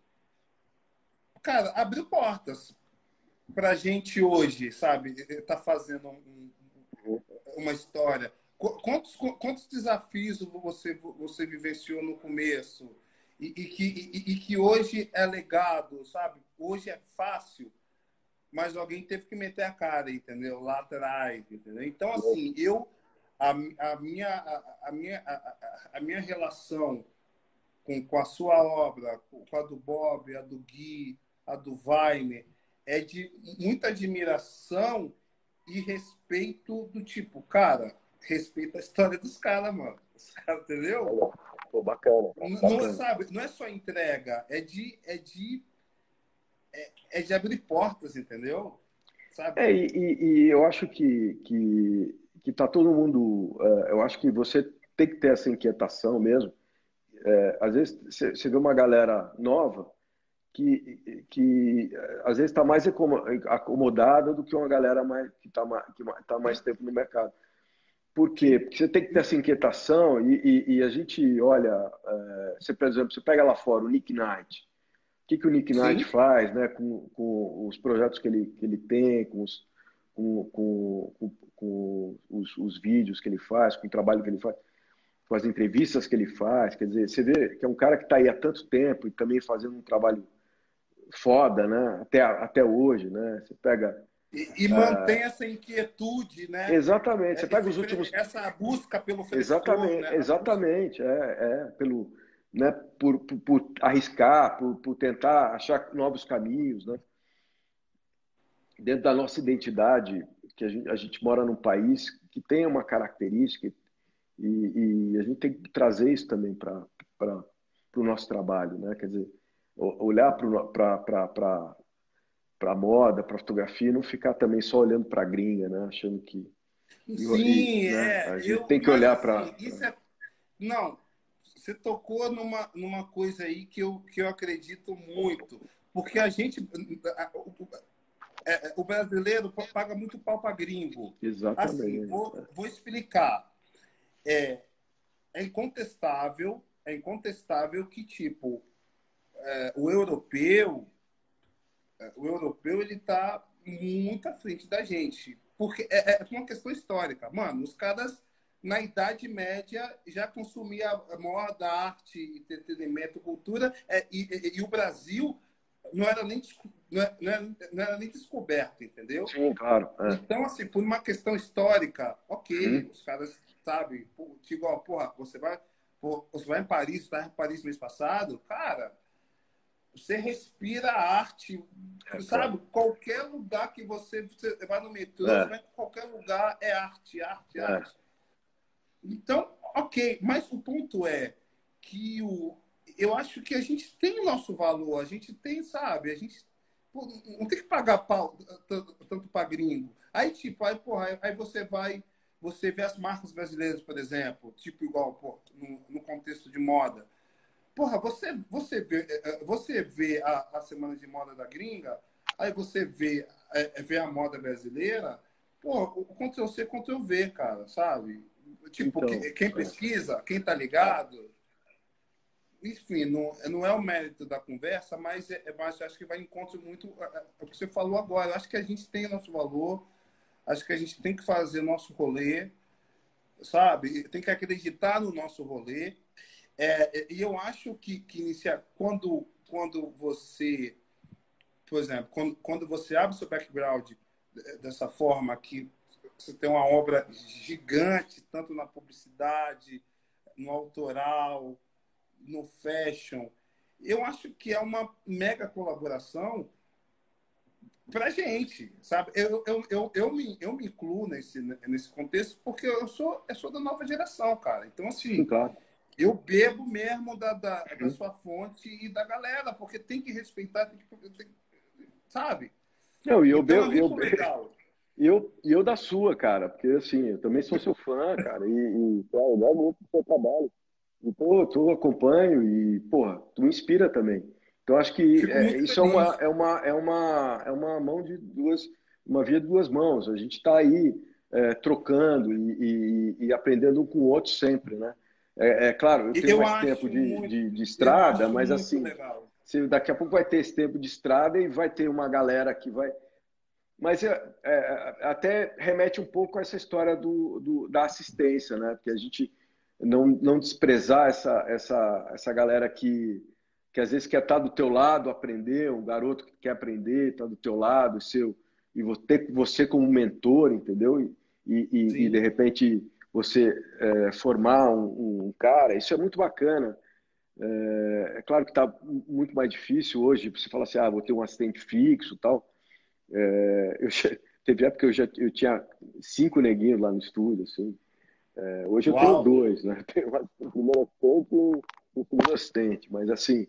cara, abriu portas pra gente hoje, sabe? Tá fazendo um, uma história. Quantos, quantos desafios você, você vivenciou no começo e, e, que, e, e que hoje é legado, sabe? Hoje é fácil, mas alguém teve que meter a cara, entendeu? Lá atrás, entendeu? Então, assim, eu, a, a, minha, a, a, minha, a, a minha relação com, com a sua obra, com a do Bob, a do Gui, a do Vainer, é de muita admiração e respeito do tipo, cara, respeita a história dos caras, mano. Os caras, entendeu? Pô, bacana, cara, Não, bacana. sabe, não é só entrega, é de, é de, é, é de abrir portas, entendeu? Sabe? É, e, e, e eu acho que, que, que tá todo mundo. É, eu acho que você tem que ter essa inquietação mesmo. É, às vezes você você vê uma galera nova que, que é, às vezes está mais acomodada do que uma galera mais, que está mais, que tá mais Sim, tempo no mercado. Por quê? sim. Porque você tem que ter essa inquietação e, e, e a gente olha, é, você, por exemplo, você pega lá fora o Nick Knight. O que, que o Nick Knight Sim. faz, né, com, com os projetos que ele, que ele tem, com, os, com, com, com, com os, os vídeos que ele faz, com o trabalho que ele faz, com as entrevistas que ele faz. Quer dizer, você vê que é um cara que está aí há tanto tempo e também fazendo um trabalho foda, né, até, até hoje, né? Você pega. E, e mantém essa inquietude, né? Exatamente, você pega Esse, os últimos. essa busca pelo frescor, Exatamente, né? A busca... exatamente, é, é pelo, né, por, por, por arriscar, por, por tentar achar novos caminhos, né? Dentro da nossa identidade, que a gente, a gente mora num país que tem uma característica e, e a gente tem que trazer isso também para o nosso trabalho, né? Quer dizer, olhar para a moda, para a fotografia, e não ficar também só olhando para a gringa, né? Achando que e, e, Sim, né? é. A gente Eu, tem que mas olhar para assim, isso é. Não, você tocou numa, numa coisa aí que eu, que eu acredito muito. Porque a gente. É, o brasileiro paga muito pau para gringo. Assim, exatamente. vou, vou explicar. É, é incontestável, é incontestável que, tipo, é, o europeu, é, o europeu, ele tá muito à frente da gente. Porque é, é uma questão histórica. Mano, os caras, na Idade Média, já consumiam moda, arte, entretenimento, cultura, é, e, e, e o Brasil não era nem, não era, não era, não era nem descoberto, entendeu? Sim, claro. É. Então, assim, por uma questão histórica, ok, Uhum. os caras, sabe, igual, porra, você vai, porra, você vai em Paris, tá em Paris mês passado, cara, você respira arte, É, claro. sabe? Qualquer lugar que você, você vai no metrô, você É, vai em qualquer lugar, é arte, arte, é. arte. Então, ok, mas o ponto é que o, eu acho que a gente tem o nosso valor, a gente tem, sabe, a gente pô, não tem que pagar pau tanto, tanto para gringo. Aí, tipo, aí, porra, aí você vai, você vê as marcas brasileiras, por exemplo, tipo igual, pô, no, no contexto de moda. Porra, você, você vê, você vê a, a semana de moda da gringa, aí você vê, é, vê a moda brasileira, porra, o Ctrl-C, Ctrl-V, cara, sabe? Tipo, Então, quem é. pesquisa, quem tá ligado, enfim, não, não é o mérito da conversa, mas, é, mas acho que vai em encontro muito ao que você falou agora. Eu acho que a gente tem o nosso valor, acho que a gente tem que fazer nosso rolê, sabe? Tem que acreditar no nosso rolê. É, e eu acho que, que inicia, quando, quando você, por exemplo, quando, quando você abre seu background dessa forma, que você tem uma obra gigante, tanto na publicidade, no autoral, no fashion, eu acho que é uma mega colaboração para a gente, sabe? Eu, eu, eu, eu, me, eu me incluo nesse, nesse contexto porque eu sou, eu sou da nova geração, cara. Então, Sim, assim, claro. eu bebo mesmo da, da, da Uhum. sua fonte e da galera, porque tem que respeitar, tem que, tem, sabe? Não, e eu, Então é eu, muito eu, legal. e eu, e eu da sua, cara, porque assim, eu também sou seu fã, cara, e, e cara, eu gosto muito do seu trabalho. Então, tu acompanho e, porra, tu me inspira também. Então, acho que Fico é, muito isso é uma, feliz. é uma, é uma, é uma mão de duas, uma via de duas mãos. A gente está aí é, trocando e, e, e aprendendo um com o outro sempre, né? É, é claro, eu tenho Eu mais tempo acho de, muito, de, de eu estrada, acho mas muito assim, legal. se daqui a pouco vai ter esse tempo de estrada e vai ter uma galera que vai. Mas é, é, até remete um pouco a essa história do, do, da assistência, né? Porque a gente não, não desprezar essa, essa, essa galera que, que às vezes quer estar do teu lado, aprender, um garoto que quer aprender, está do teu lado, seu, e ter você como mentor, entendeu? E, e, e de Sim. repente você é, formar um, um cara, isso é muito bacana. É, é claro que está muito mais difícil hoje, você fala assim, ah, vou ter um assistente fixo e tal. É, eu, teve época que eu já eu tinha cinco neguinhos lá no estúdio, assim. É, hoje eu tenho Uau! dois, né? Tenho um primeiro assistente e um um segundo assistente, mas assim,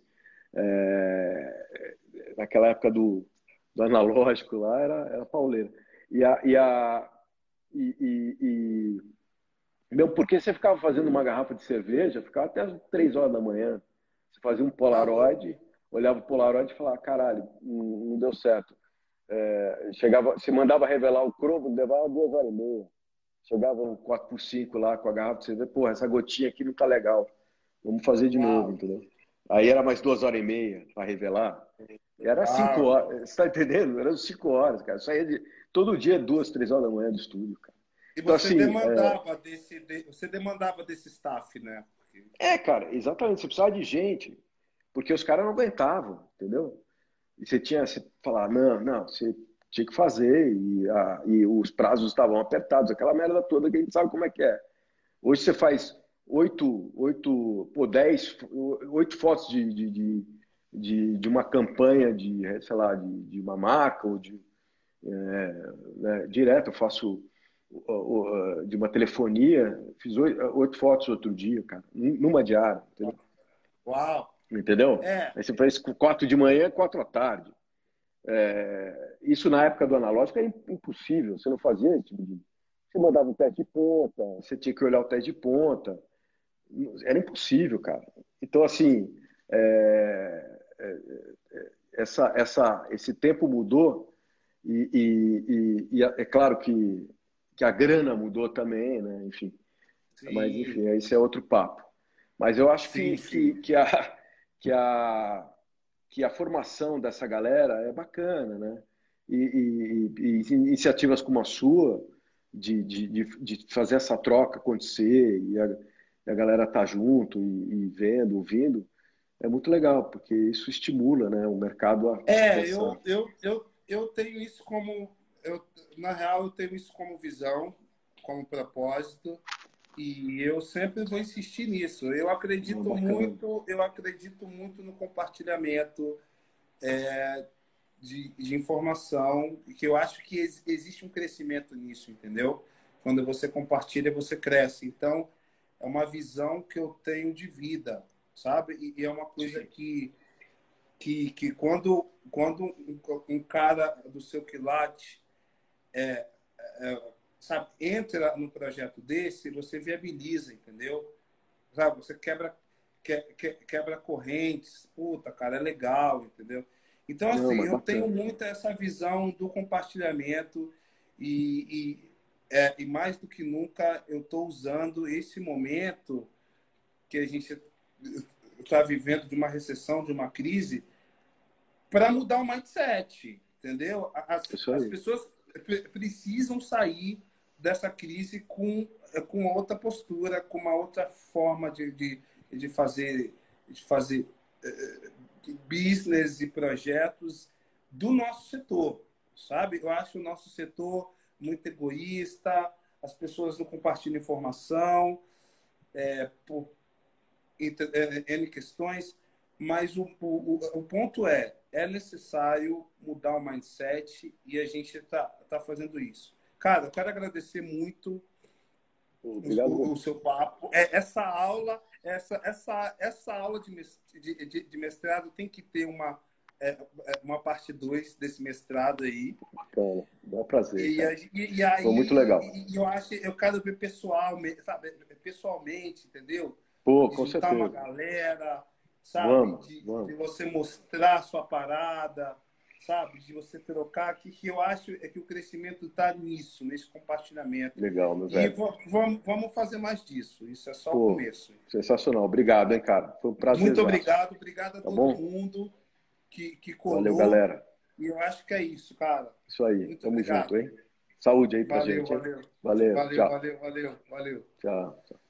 é, naquela época do, do analógico lá era, era pauleira. E a, e a e, e, e, meu, porque você ficava fazendo uma garrafa de cerveja, ficava até as três horas da manhã. Você fazia um Tá louco. Polaroid, olhava o Polaroid e falava, caralho, não, não deu certo. É, chegava, se mandava revelar o cromo, levava duas horas e meia. Chegava um quatro por cinco lá com a garrafa, você vê, porra, essa gotinha aqui não tá legal. Vamos fazer de novo, Uau! entendeu? Aí era mais duas horas e meia para revelar. Era cinco Uau! horas, você tá entendendo? Eram cinco horas, cara. Saía de, todo dia, duas, três horas da manhã do estúdio, cara. E Então, você assim, é, demandava desse, de- você demandava desse staff, né? Porque- é, cara, exatamente, você precisava de gente, porque os caras não aguentavam, entendeu? E você tinha, você falar, não, não, você tinha que fazer, e, a, e os prazos estavam apertados, aquela merda toda que a gente sabe como é que é. Hoje você faz oito, oito, pô, dez, oito fotos de, de, de, de, de uma campanha de, sei lá, de, de uma marca, ou de, é, né, direto, eu faço de uma telefonia, fiz oito, oito fotos outro dia, cara, numa diária, entendeu? Uau! Entendeu? É, Aí você faz quatro de manhã, quatro à tarde. É, isso na época do analógico era impossível, você não fazia esse tipo de. Você mandava o teste de ponta, você tinha que olhar o teste de ponta, era impossível, cara. Então, assim, é, é, essa, essa, esse tempo mudou e, e, e, e é claro que, que a grana mudou também, né? Enfim, mas sim, enfim, esse é outro papo. Mas eu acho sim, que, que, sim. que, a, que, a, que a formação dessa galera é bacana, né? E, e, e iniciativas como a sua, de, de, de, de fazer essa troca acontecer e a, e a galera tá junto e, e vendo, ouvindo, é muito legal, porque isso estimula, né, o mercado a, a É, pensar. eu, eu, eu, eu tenho isso como. Eu, na real, eu tenho isso como visão, como propósito, e eu sempre vou insistir nisso. Eu Uma acredito bacana. muito, eu acredito muito no compartilhamento de, de informação, e que eu acho que ex, existe um crescimento nisso, entendeu? Quando você compartilha, você cresce. Então, é uma visão que eu tenho de vida, sabe? E, e é uma coisa que, que, que quando, quando um, um cara do seu quilate sabe, entra num projeto desse, você viabiliza, entendeu? Sabe, você quebra, que, que, quebra correntes, puta, cara, é legal, entendeu? Então, Não, assim, mas eu tenho bacana. muito essa visão do compartilhamento e, e, é, e mais do que nunca eu estou usando esse momento que a gente está vivendo de uma recessão, de uma crise, para mudar o mindset, entendeu? As, Isso as aí. pessoas precisam sair dessa crise com, com outra postura, com uma outra forma de, de, de fazer, de fazer business e projetos do nosso setor, sabe? Eu acho o nosso setor muito egoísta, as pessoas não compartilham informação é, por N questões, mas o, o, o ponto é, é necessário mudar o mindset e a gente está tá fazendo isso. Cara, eu quero agradecer muito Obrigado o, o, você. seu papo. É, essa aula, essa, essa, essa aula de, de, de mestrado tem que ter uma, é, uma parte dois desse mestrado aí. Bacana. Dá prazer, E, cara. e, e Foi muito aí legal. e eu acho, eu quero ver pessoal, sabe, pessoalmente, entendeu? Pô, De com juntar uma certeza. galera, sabe? Vamos, De, de vamos. você mostrar a sua parada, sabe? De você trocar, que, que eu acho é que o crescimento está nisso, nesse compartilhamento. Legal, meu E velho. vamos, vamos fazer mais disso. Isso é só o Pô, começo. sensacional. Obrigado, hein, cara. Foi um Muito prazerzaço. obrigado, obrigado a Tá todo bom? mundo que, que Valeu, colou. galera. E eu acho que é isso, cara. Isso aí. Muito Tamo junto, obrigado. hein? Saúde aí pra Valeu, gente, hein? valeu. Valeu. Valeu, Tchau. valeu, valeu, valeu. Tchau. Tchau.